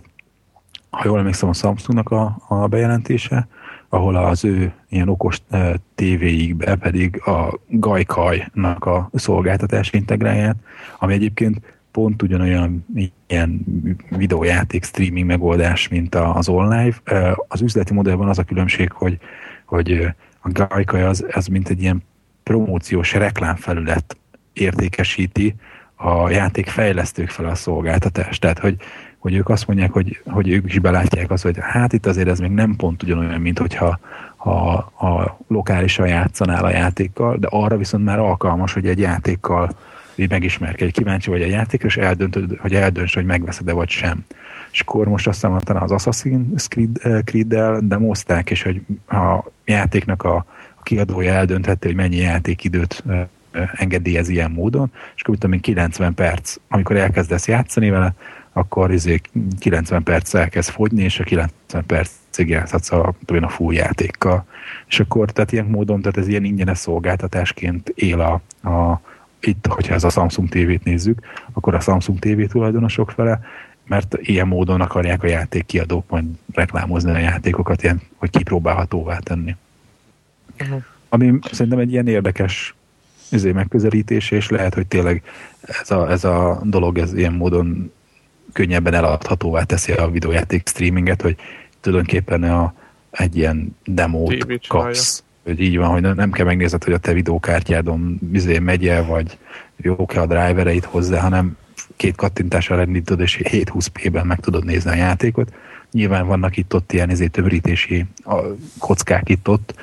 ha jól emlékszem, a Samsungnak a, a bejelentése, ahol az ő ilyen okos uh, tévéikbe pedig a Gaikai-nak a szolgáltatás integrálját, ami egyébként pont ugyanolyan ilyen videójáték streaming megoldás, mint az online. Uh, az üzleti modellben az a különbség, hogy, hogy uh, a Gaikai az, az mint egy ilyen promóciós reklámfelület értékesíti a játékfejlesztők fel a szolgáltatást. Tehát, hogy hogy ők azt mondják, hogy, hogy ők is belátják azt, hogy hát itt azért ez még nem pont ugyanolyan, mint hogyha ha, ha lokálisan játszanál a játékkal, de arra viszont már alkalmas, hogy egy játékkal így megismerkedj, kíváncsi vagy a játékra, és eldöntöd, hogy eldönts, hogy megveszed-e vagy sem. És akkor most azt hiszem, talán az Assassin's Creed, Creed-del demozták, és hogy a játéknak a, a kiadója eldönthette, hogy mennyi játékidőt engedélyez ilyen módon, és akkor tudom én kilencven perc, amikor elkezdesz játszani vele, akkor izé kilencven perc elkezd fogyni, és a kilencven percig játszhatsz a, a full játékkal. És akkor tehát ilyen módon, tehát ez ilyen ingyenes szolgáltatásként él a, a itt, hogyha ez a Samsung té vét nézzük, akkor a Samsung té vé tulajdonosok fele, mert ilyen módon akarják a játékkiadók majd reklámozni a játékokat, ilyen, hogy kipróbálhatóvá tenni. Uh-huh. Ami szerintem egy ilyen érdekes izé megközelítés, és lehet, hogy tényleg ez a, ez a dolog ez ilyen módon könnyebben eladhatóvá teszi a videójáték streaminget, hogy tulajdonképpen a, egy ilyen demót kapsz. Hogy így van, hogy nem kell megnézned, hogy a te videókártyádon izé megye, vagy jók-e a drivereit hozzá, hanem két kattintással elindítod, és hétszázhúsz pé-ben meg tudod nézni a játékot. Nyilván vannak itt-ott ilyen izé tömörítési kockák itt-ott,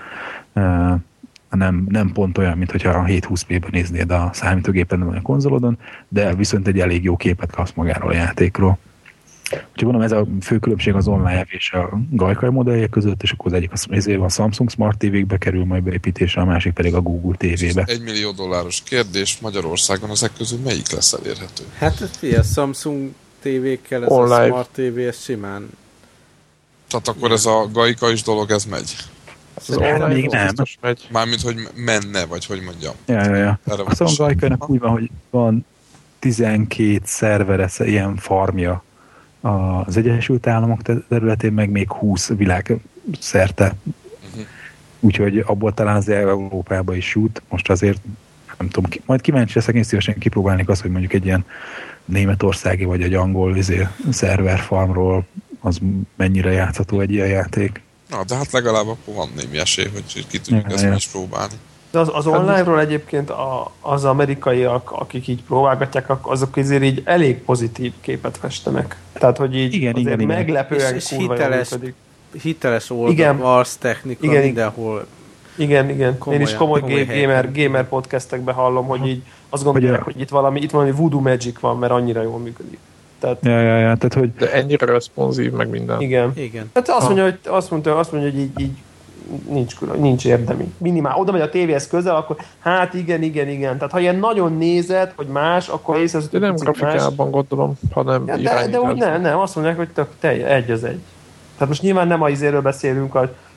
nem, nem pont olyan, mint hogyha a hétszázhúsz pé-ben néznéd a számítógépen vagy a konzolodon, de viszont egy elég jó képet kapsz magáról a játékról. Úgyhogy mondom, ez a fő különbség az online és a Gaikai modellje között, és akkor az egyik az a Samsung Smart té vékbe kerül majd beépítésre, a másik pedig a Google té vébe. Egy millió dolláros kérdés, Magyarországon ezek közül melyik lesz elérhető? Hát a Samsung tévékkel, ez online. A Smart té vé, ez simán. Tehát akkor ez a Gaikais dolog, ez megy? Az online még nem. megy. Mármint, hogy menne, vagy hogy mondjam. Ja, ja, ja. Erre Azt mondom, Gaikainak úgy van, hogy van tizenkét szervere, ilyen farmja az Egyesült Államok területén, meg még húsz világ szerte. Uh-huh. Úgyhogy abból talán az Európába is jut. Most azért nem tudom, majd kíváncsi leszek, én szívesen kipróbálnék azt, hogy mondjuk egy ilyen németországi vagy egy angol izé, szerverfarmról az mennyire játszható egy ilyen játék. Na, de hát legalább akkor van némi esély, hogy ki tudjuk ja, ezt ja. is próbálni. De az, az online-ról egyébként a, az amerikaiak, akik így próbálgatják, azok azért így elég pozitív képet festenek. Tehát, hogy így igen, azért igen, meglepően és, és kurva hiteles, működik. hiteles oldal, arc technika, igen, mindenhol. Igen, igen. Komolyan, Én is komoly, komoly gamer, gamer podcastekben hallom, hogy így azt gondolják, hogy itt valami, itt valami voodoo magic van, mert annyira jól működik. Tehát, ja, ja, ja, tehát, hogy... De ennyire responsív, meg minden. Igen. igen. Tehát azt mondja, hogy, azt mondja, azt mondja, hogy így, így nincs, külön, nincs érdemi. Minimál. Oda megy a tévéhez közel, akkor hát igen, igen, igen. Tehát ha ilyen nagyon nézed, hogy más, akkor észreveszed, de nem grafikában gondolom, hanem ja, de, de úgy nem, nem, azt mondják, hogy tök, te, egy az egy. Tehát most nyilván nem a izéről beszélünk, a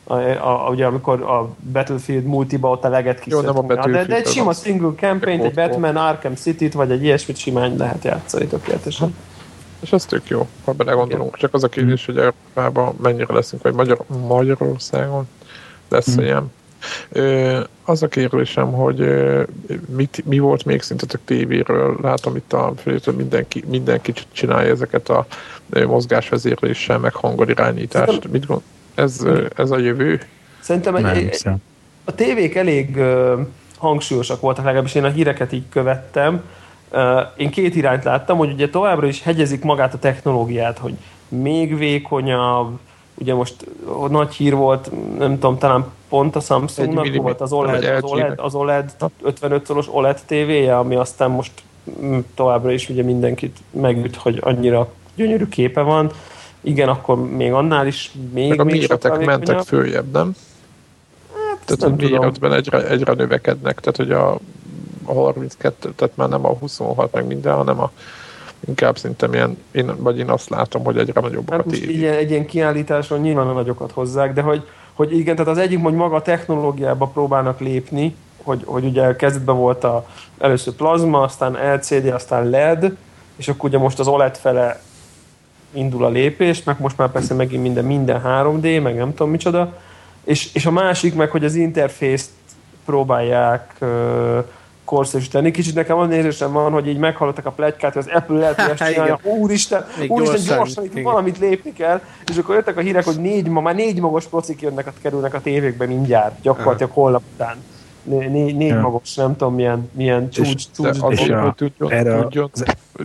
a, a, ugye amikor a Battlefield multiba ott a leget kiszölt. De, de egy sima single campaign, egy Batman Arkham City-t, vagy egy ilyesmit simán lehet játszani tökéletesen. És ez tök jó, ha belegondolunk. Csak az a kérdés, hogy Európában mennyire leszünk, vagy Magyar, Magyarországon lesz mm. ilyen. Ö, az a kérdésem, hogy mit, mi volt még szintetek tévéről, látom itt a hogy mindenki, mindenki csinálja ezeket a mozgásvezérléssel, meg hangolirányítást. Szerintem, mit gond? Ez, ez a jövő? Szerintem egy, egy, a tévék elég uh, hangsúlyosak voltak, legalábbis én a híreket így követtem. Uh, én két irányt láttam, hogy ugye továbbra is hegyezik magát a technológiát, hogy még vékonyabb, ugye most nagy hír volt, nem tudom, talán pont a Samsungnak volt az OLED, az OLED, az OLED ötvenöt szoros OLED tévéje, ami aztán most továbbra is ugye mindenkit megüt, hogy annyira gyönyörű képe van. Igen, akkor még annál is még, meg a még méretek mentek följebb, nem? Hát, tehát nem a méretben egyre, egyre növekednek, tehát hogy a, a harminckettő, tehát már nem a huszonhat meg minden, hanem a inkább szerintem ilyen, én, vagy én azt látom, hogy egyre nagyobbak hát a tévé. Ilyen, egy ilyen kiállításon nyilván a nagyokat hozzák, de hogy, hogy igen, tehát az egyik, hogy maga a technológiába próbálnak lépni, hogy, hogy ugye kezdetben volt a, először plazma, aztán el cé dé, aztán led, és akkor ugye most az OLED fele indul a lépés, meg most már persze megint minden, minden három dé, meg nem tudom micsoda, és, és a másik meg, hogy az interfészt próbálják uh, korszerűsíteni. Kicsit nekem az nézésem van, hogy így meghallottak a pletykát, hogy az Apple lehet, hogy ezt csinálja, úristen, úristen, gyorsan, gyorsan itt valamit lépni kell, és akkor jöttek a hírek, hogy négy, ma már négy magos procik jönnek, kerülnek a tévékbe mindjárt, gyakorlatilag holnap után. Né, négy, négy ja. magos, nem tudom milyen, milyen csúcs, csúcs. És, és a, tudjon, erre tudjon. Az,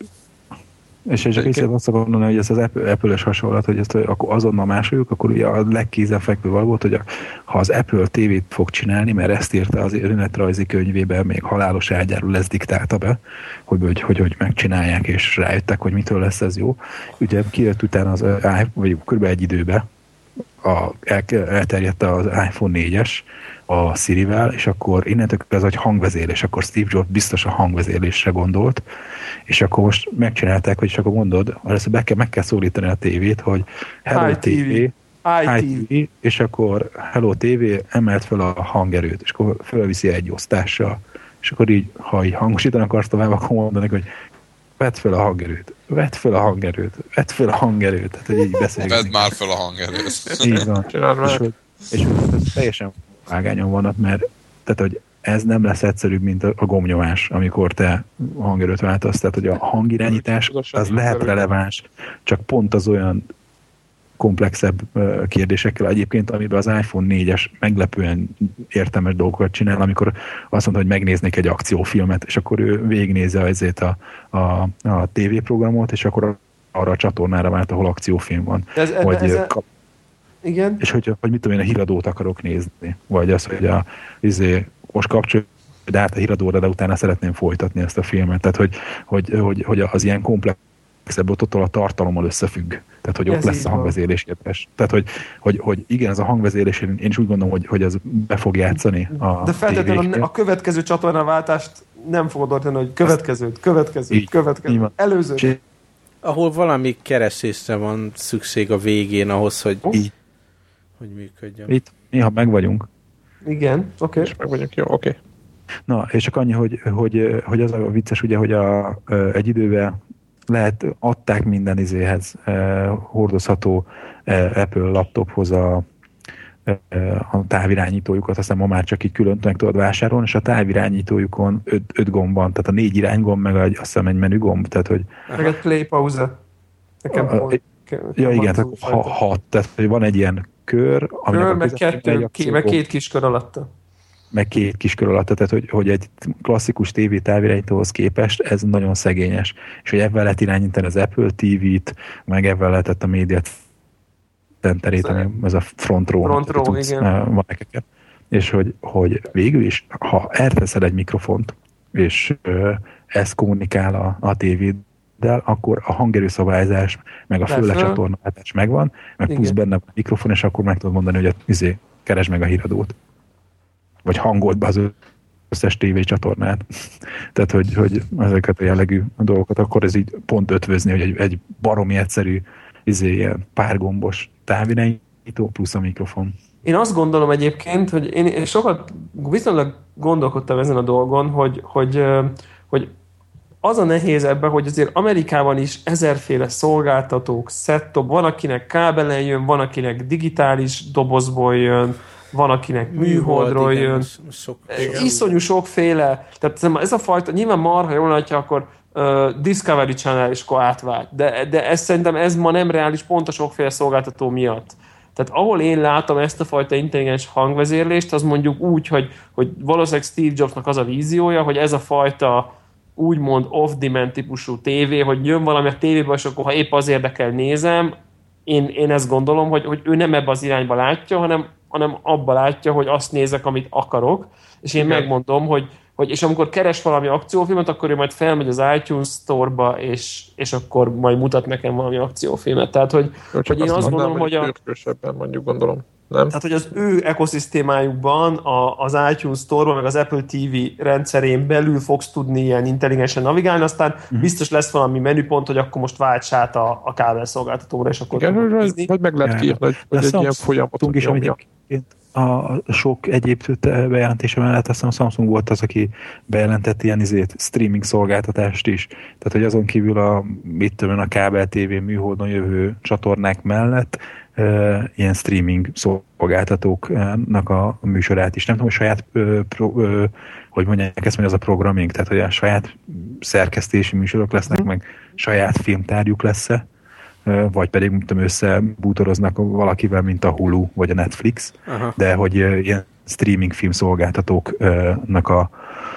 és csak így azt gondolni, hogy ez az Apple-es hasonlat, hogy ezt akkor azonnal másoljuk, akkor ugye a legkézenfekvő volt, hogy a, ha az Apple tévét fog csinálni, mert ezt írta az önéletrajzi könyvében, még halálos ágyáról lesz diktálta be, hogy, hogy, hogy, hogy megcsinálják, és rájöttek, hogy mitől lesz ez jó. Ugye kijött utána az vagy kb. Egy időben a, el, elterjedt az iPhone négyes a Sirivel, és akkor innentől ez egy hangvezérlés, akkor Steve Jobs biztos a hangvezérlésre gondolt, és akkor most megcsinálták, hogy és akkor mondod, először be kell, meg kell szólítani a tévét, hogy Hello Hi té vé, Hi té vé, és akkor Hello té vé emelt fel a hangerőt, és akkor felviszi egy osztással, és akkor így, ha így hangosítani akarsz tovább, akkor mondanak, hogy vedd fel a hangerőt, vedd fel a hangerőt, vedd fel a hangerőt, tehát hogy így beszélgetni. Vedd már fel a hangerőt. Így van. És, hogy, és hogy teljesen vágányon vannak, mert tehát, hogy ez nem lesz egyszerűbb, mint a gomnyomás, amikor te hangerőt váltasz. Tehát, hogy a hangirányítás az lehet releváns, csak pont az olyan komplexebb kérdésekkel egyébként, amiben az iPhone négyes meglepően értelmes dolgokat csinál, amikor azt mondta, hogy megnéznék egy akciófilmet, és akkor ő végignézi azért a, a, a tévéprogramot, és akkor arra a csatornára vált, ahol akciófilm van. Ez, vagy ez, kap, igen. És hogy, hogy mit tudom én, a híradót akarok nézni. Vagy az, hogy a, izé, most kapcsoljuk át a híradóra, de utána szeretném folytatni ezt a filmet. Tehát, hogy, hogy, hogy, hogy az ilyen komplexebb ottól a tartalommal összefügg. Tehát, hogy ott ez lesz a hangvezérlés értes. Tehát, hogy, hogy, hogy igen, ez a hangvezérlés, én is úgy gondolom, hogy, hogy ez be fog játszani a de feltétlenül a következő csatornaváltást nem fogod ordani, hogy következőt, következőt, így, következőt, előzőt. Ahol valami keresésre van szükség a végén ahhoz, hogy, így. hogy működjön. Itt néha meg vagyunk. Igen, oké. Okay. És meg vagyunk, jó, oké. Okay. Na, és csak annyi, hogy, hogy, hogy az a vicces, ugye, hogy a, egy időben lehet, adták minden izéhez eh, hordozható eh, Apple laptophoz a, eh, a távirányítójukat, aztán ma már csak így külön meg tudod vásárolni, és a távirányítójukon öt, öt gomb van, tehát a négy iránygomb, meg egy, azt hiszem egy menügomb, tehát hogy... Meg egy play pauza. Nekem a, a, ja igen, tehát ha, hat, tehát hogy van egy ilyen kör, ami kör, meg kettő, ké, meg két kis kör alatta. meg két kis kör alatt, tehát hogy, hogy egy klasszikus tévé távirányítóhoz képest ez nagyon szegényes. És hogy ebben lehet irányítani az Apple té vét, meg ebben lehetett a média centerét, ami ez a front row, front row tudsz, igen. Van nekeket. És hogy, hogy végül is, ha elteszed egy mikrofont, és ö, ez kommunikál a, a tévéddel, akkor a hangerőszabályzás, meg a főlecsatornálás megvan, meg plusz benne a mikrofon, és akkor meg tudod mondani, hogy izé, keresd meg a híradót. Vagy hangolt be az összes tévécsatornát. Tehát, hogy, hogy ezeket a jellegű dolgokat, akkor ez így pont ötvözni, hogy egy, egy baromi egyszerű izé, ilyen párgombos távirányító plusz a mikrofon. én azt gondolom egyébként, hogy én, én sokat viszonylag gondolkodtam ezen a dolgon, hogy, hogy, hogy az a nehéz ebben, hogy azért Amerikában is ezerféle szolgáltatók, set-top, van akinek kábelen jön, van akinek digitális dobozból jön, van akinek műholdról jön. Sok, iszonyú sokféle, tehát ez a fajta, nyilván marha jól látja, akkor uh, Discovery Channel is akkor átvált, de, de ez szerintem ez ma nem reális pont a sokféle szolgáltató miatt. Tehát ahol én látom ezt a fajta intelligens hangvezérlést, az mondjuk úgy, hogy, hogy valószínűleg Steve Jobsnak az a víziója, hogy ez a fajta úgymond off-demand típusú tévé, hogy jön valami a tévéből, és akkor ha épp az érdekel nézem, én, én ezt gondolom, hogy, hogy ő nem ebbe az irányba látja, hanem, hanem abba látja, hogy azt nézek, amit akarok, és én igen. megmondom, hogy, hogy és amikor keres valami akciófilmet, akkor ő majd felmegy az iTunes Store-ba, és, és akkor majd mutat nekem valami akciófilmet. Tehát, hogy, jó, hogy én azt, azt gondolom, hogy a... mondjuk gondolom. Nem? Tehát, hogy az ő ekoszisztémájukban, a, az iTunes Store-ban, meg az Apple té vé rendszerén belül fogsz tudni ilyen intelligensen navigálni, aztán uh-huh. biztos lesz valami menüpont, hogy akkor most válts át a, a kábelszolgáltatóra, és akkor... Igen, vagy, vagy meg lehet kérni, hogy, hogy egy ilyen folyamatot is, a sok egyéb bejelentése mellett azt hiszem a Samsung volt az, aki bejelentett ilyen izét, streaming szolgáltatást is. Tehát, hogy azon kívül a, mit tudom, a kábel té vé műholdon jövő csatornák mellett uh, ilyen streaming szolgáltatóknak a műsorát is. Nem tudom, hogy saját uh, pro, uh, hogy mondják ezt, hogy az a programming, tehát, hogy a saját szerkesztési műsorok lesznek, meg saját filmtárjuk lesz-e, vagy pedig tudom, összebútoroznak valakivel, mint a Hulu, vagy a Netflix, aha. de hogy ilyen streaming film szolgáltatóknak a,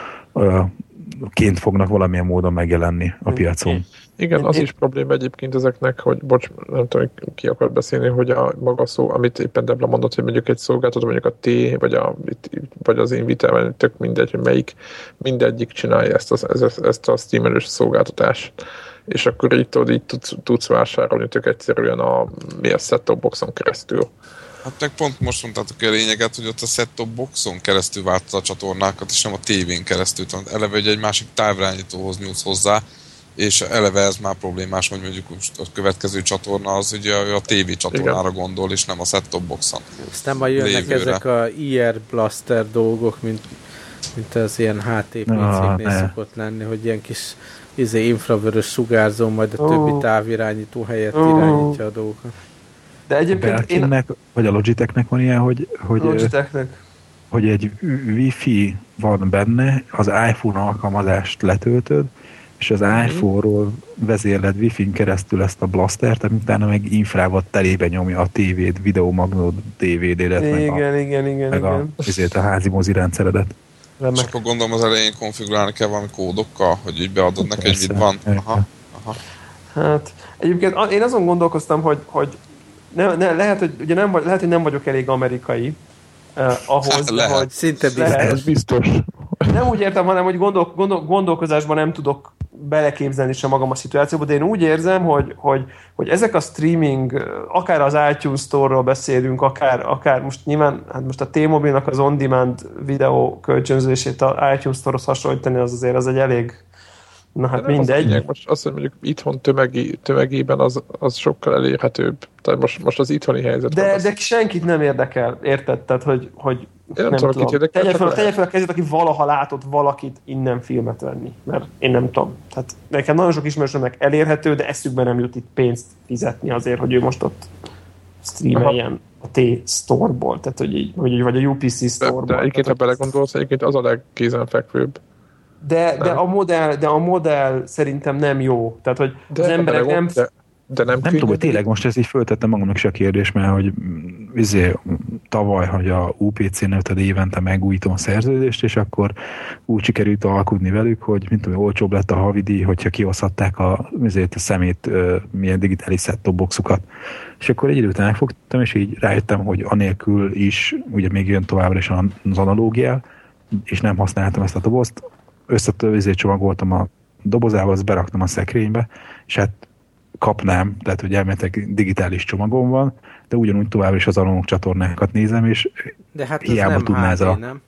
a ként fognak valamilyen módon megjelenni a piacon. Igen, az is probléma egyébként ezeknek, hogy bocs, nem tudom, ki akar beszélni, hogy a maga szó, amit éppen Debla mondott, hogy mondjuk egy szolgáltató, mondjuk a T, vagy, a, vagy az Invitel, tök mindegy, hogy melyik, mindegyik csinálja ezt, az, ezt, ezt a streamelős szolgáltatást. És akkor így tudod, így tudsz, tudsz vásárolni tök egyszerűen a mi a set-top boxon keresztül. Hát meg pont most mondtátok a lényeget, hogy ott a set-top boxon keresztül váltod a csatornákat, és nem a tévén keresztül. Tehát eleve hogy egy másik távirányítóhoz nyúlsz hozzá, és eleve ez már problémás, hogy mondjuk a következő csatorna az ugye a tévé csatornára igen. gondol, és nem a set-top boxon. Aztán majd jönnek lévőre. Ezek a i er Blaster dolgok, mint, mint az ilyen há té pé cégnél ah, szokott lenni, hogy ilyen kis izé infravörös sugárzó, majd a többi távirányító helyett oh. irányítja a dolgokat. De egyébként Belkinnek, én... vagy a Logitechnek van ilyen, hogy, hogy, Logitechnek. hogy egy Wi-Fi van benne, az iPhone alkalmazást letöltöd, és az mm-hmm. iPhone-ról vezérled Wi-Fi-n keresztül ezt a blastert, amit utána meg infrával telébe nyomja a tévéd, videomagnód, dé vé dé-det, igen, meg, a, igen, igen, meg igen. A, azért a házi mozi rendszeredet. És akkor gondolom az elején konfigurálni kell valami kódokkal, hogy így beadod neki, hogy mit van. Aha, aha. Hát egyébként én azon gondolkoztam, hogy, hogy ne, ne, lehet, hogy, ugye nem, lehet, hogy nem vagyok elég amerikai eh, ahhoz, lehet. hogy szinte biztos. Lehet, biztos. Nem úgy értem, hanem hogy gondol, gondol, gondolkozásban nem tudok beleképzelni sem magam a szituációba, de én úgy érzem, hogy, hogy, hogy ezek a streaming, akár az iTunes Store-ról beszélünk, akár, akár most nyilván, hát most a T-Mobile-nak az on-demand videó kölcsönzését a iTunes Store-hoz hasonlítani, az azért az egy elég, na hát mindegy. Az most azt, hogy mondjuk itthon tömegi, tömegében az, az sokkal elérhetőbb. Tehát most, most az itthoni helyzet. De, de senkit nem érdekel, érted? Tehát, hogy, hogy nem, nem tudom, tudom. Tegye fel, tegye fel a kezét, aki valaha látott valakit innen filmet venni. Mert én nem tudom. Tehát nekem nagyon sok ismerősömnek elérhető, de eszükben nem jut itt pénzt fizetni azért, hogy ő most ott streameljen a T-Store-ból. Tehát, hogy így, vagy a u pé cé Store-ból. De, de egyébként, ha belegondolsz, egyébként az a legkézenfekvőbb. De, de, a modell, de a modell szerintem nem jó. Tehát, hogy de, az emberek nem... De, de nem nem tudom, hogy tényleg most ez így föltettem magamnak is a kérdés, mert hogy izé, tavaly, hogy a u pé cé-nél évente megújítom a szerződést, és akkor úgy sikerült alkudni velük, hogy mint tudom, olcsóbb lett a havidíj, hogyha kioszhatták a, azért a szemét milyen digitális set-top boxukat. És akkor egy idő után megfogtam, és így rájöttem, hogy anélkül is, ugye még jön továbbra is az analógiál, és nem használtam ezt a dobozt, összetőzét csomagoltam a dobozába, azt beraktam a szekrénybe, és hát kapnám, tehát hogy elméletek digitális csomagom van, de ugyanúgy továbbra is az analóg csatornákat nézem, és de hát hiába nem tudná há dé, a... nem?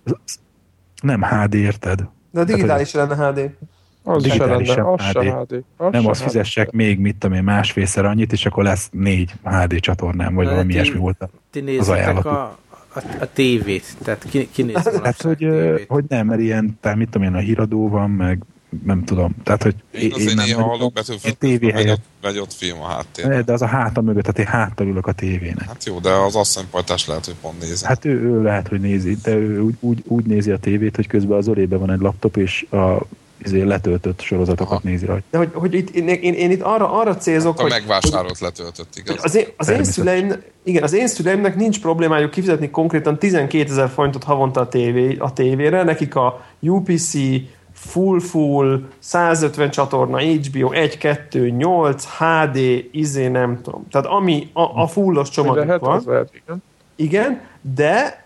Nem há dé, érted? De a digitális lenne há dé. Az digitális sem az há dé. há dé. Az nem, azt fizessek há dé. Még, mit tudom én, másfélszer annyit, és akkor lesz négy há dé csatornám, vagy na, valami ti, ilyesmi volt ti az ajánlatuk. A, a, a tévét, tehát ki, kinéz hát, hogy, hogy nem, mert ilyen, tehát mit tudom én, a híradó van, meg nem tudom. Tehát, hogy én, én azért néha hallok betűfilmet, megy ott film a háttérben. De az a hátam mögött, tehát én háttal ülök a tévének. Hát jó, de az asszonypajtás lehet, hogy pont nézi. Hát ő, ő lehet, hogy nézi, de ő úgy, úgy, úgy nézi a tévét, hogy közben az orrében van egy laptop, és a ezért letöltött sorozatokat Aha. nézi rajta. De hogy, hogy itt, én, én, én itt arra, arra célzok, hát a hogy... megvásárolt letöltött, igaz? Az én, az én szüleim, igen, az én szüleimnek nincs problémájuk kifizetni konkrétan tizenkétezer forintot havonta a, tévé, a tévére, nekik a u pé cé, full-full, százötven csatorna, há bé o, egy, kettő, nyolc, há dé, izé nem tudom. Tehát ami a, a fullos csomaguk van. Lehet, igen. Igen, de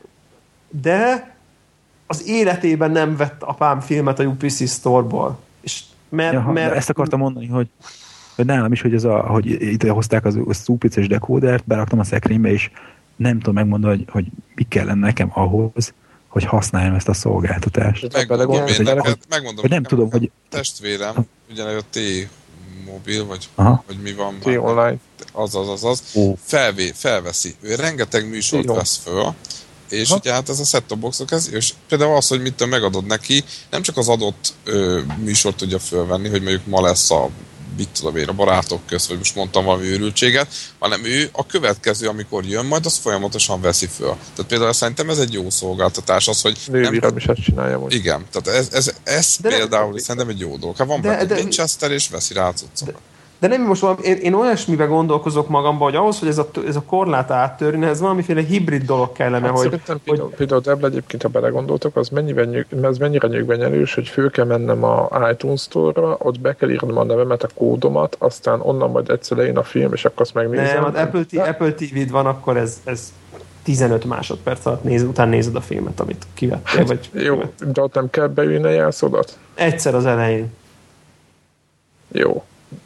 de az életében nem vett apám filmet a u pé cé Store-ból. És mert, ja, mert... Ezt akartam mondani, hogy, hogy nálam is, hogy, ez a, hogy itt hozták az, az u pé cés dekódert, beraktam a szekrénybe, és nem tudom megmondani, hogy, hogy mi kellene nekem ahhoz, hogy használjam ezt a szolgáltatást. Megmondom, én neked, hogy, megmondom hogy nem nekem, tudom, hogy... testvérem, ugyanúgy a T-mobil, vagy Aha. hogy mi van már. T-online. Az, az, az, az. Oh. Felvé, felveszi. Ő rengeteg műsort vesz föl, és ugye hát ez a set-top boxok, ez, és például az, hogy mit te megadod neki, nem csak az adott ö, műsort tudja fölvenni, hogy mondjuk ma lesz a mit tudom én, a barátok közt, vagy most mondtam valami őrültséget, hanem ő a következő, amikor jön, majd azt folyamatosan veszi föl. Tehát például szerintem ez egy jó szolgáltatás, az, hogy... Nőviram is ezt csinálja most. Igen, tehát ez, ez, ez például de, szerintem egy jó dolog. Hát van benne Winchester, és veszi rá a cuccokat. De nem most valami, én, én olyasmivel gondolkozok magamban, hogy ahhoz, hogy ez a, ez a korlát áttörni, ez valamiféle hibrid dolog kellene, hát hogy... Szerintem például, hogy... például Debla egyébként, ha belegondoltok, az mennyiben nyug, ez mennyire nyugbenyelős, hogy föl kell mennem a iTunes Store-ra, ott be kell írnom a nevemet, a kódomat, aztán onnan majd egyszer lejön a film, és akkor azt megnézem. Nem, hát Apple, t- Apple té vé-d van, akkor ez, ez tizenöt másodperc alatt néz, után nézed a filmet, amit kivettél. Hát, vagy jó, de ott nem kell beülni a jelszodat? Egyszer az elején. Jó.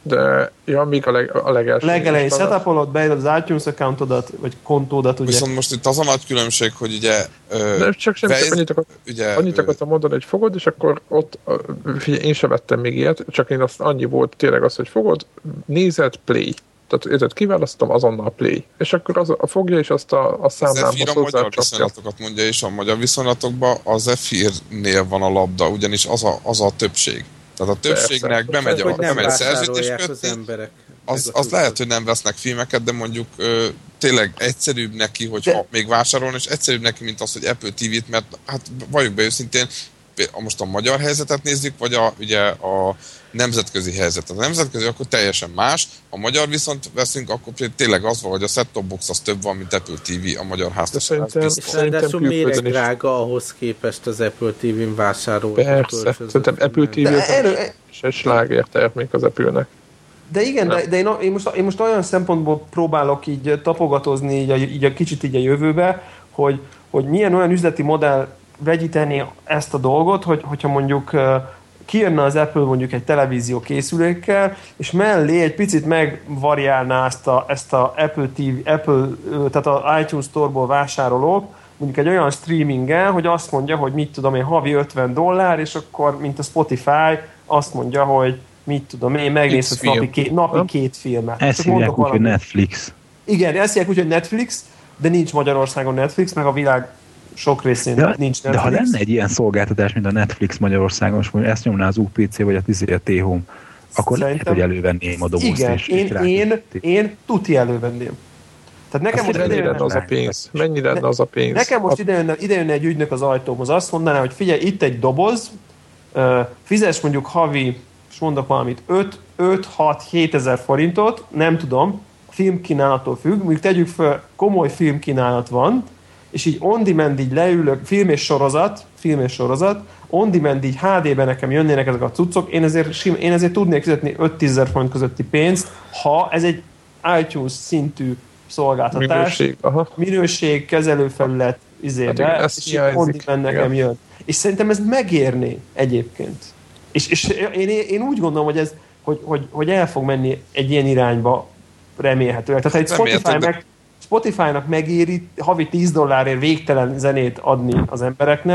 De ja, még a, leg, a legelső. Legelején setupolod, beírod az iTunes accountodat, vagy kontódat, ugye. Viszont most itt az a nagy különbség, hogy ugye... Ö, de csak semmi, vej, csak annyit, akar, ugye, annyit akartam mondani, hogy fogod, és akkor ott, figyelj, én sem vettem még ilyet, csak én azt annyi volt tényleg az, hogy fogod, nézed, play. Tehát érted, kiválasztom, azonnal play. És akkor az, a fogja, és azt a, a számlámhoz hozzá. Az a magyar viszonylatokat mondja, és a magyar viszonylatokban az Zephyr-nél van a labda, ugyanis az a, az a többség. Tehát a többségnek Persze. bemegy, a, bemegy szerződés kötni, az, az, az lehet, hogy nem vesznek filmeket, de mondjuk ö, tényleg egyszerűbb neki, hogyha de... még vásárolni, és egyszerűbb neki, mint az, hogy Apple té vét, mert hát valljuk be őszintén, most a magyar helyzetet nézzük, vagy a, ugye a nemzetközi helyzetet. A nemzetközi akkor teljesen más, a magyar viszont veszünk, akkor tényleg az van, hogy a set-top box az több van, mint Apple té vé a magyar háztartásban. És ráadásul méreg drága ahhoz képest az Apple té vén vásárolni. Persze, szerintem Apple té vé és egy sláger termék az Apple-nek. De igen, de, de én, én, most, én most olyan szempontból próbálok így tapogatozni így a, így a kicsit így a jövőbe, hogy, hogy milyen olyan üzleti modell vegyíteni ezt a dolgot, hogy, hogyha mondjuk kijönne az Apple mondjuk egy televízió készülékkel, és mellé egy picit megvariálná ezt a, ezt a Apple té vé, Apple, tehát az iTunes Store-ból vásárolók, mondjuk egy olyan streaminggel, hogy azt mondja, hogy mit tudom én, havi ötven dollár, és akkor, mint a Spotify, azt mondja, hogy mit tudom én, megnézhet napi, két, napi két filmet. Ezt hívják úgy, hogy Netflix. Igen, ezt hívják úgy, hogy Netflix, de nincs Magyarországon Netflix, meg a világ sok részén de, nincs Netflix. De ha lenne egy ilyen szolgáltatás, mint a Netflix Magyarországon, most mondjuk ezt nyomná az u pé cé vagy a T-Home, akkor Szerintem, lehet, hogy elővenném a dobozt. Igen, és, én, és én, én tuti elővenném. Tehát nekem most mennyi lenne az a pénz? Mennyi lenne az a pénz? Nekem most ide jönne, ide jönne egy ügynök az ajtómhoz, azt mondaná, hogy figyelj, itt egy doboz, uh, fizes mondjuk havi, és mondok valamit, öt hat hét ezer forintot, nem tudom, filmkínálattól függ, mondjuk tegyük föl, komoly filmkínálat van, és így on demand így leülök, film és sorozat, film és sorozat, on demand így há dében nekem jönnének ezek a cuccok, én ezért, sim, én ezért tudnék fizetni öt-tíz ezer forint közötti pénzt, ha ez egy iTunes szintű szolgáltatás, minőség, aha. minőség kezelőfelület izébe, hát és így on demand nekem jön. És szerintem ez megérné egyébként. És, és én, én úgy gondolom, hogy ez hogy, hogy, hogy el fog menni egy ilyen irányba remélhetőleg. Tehát egy Spotify meg Spotify-nak megéri havi tíz dollárért végtelen zenét adni az embereknek,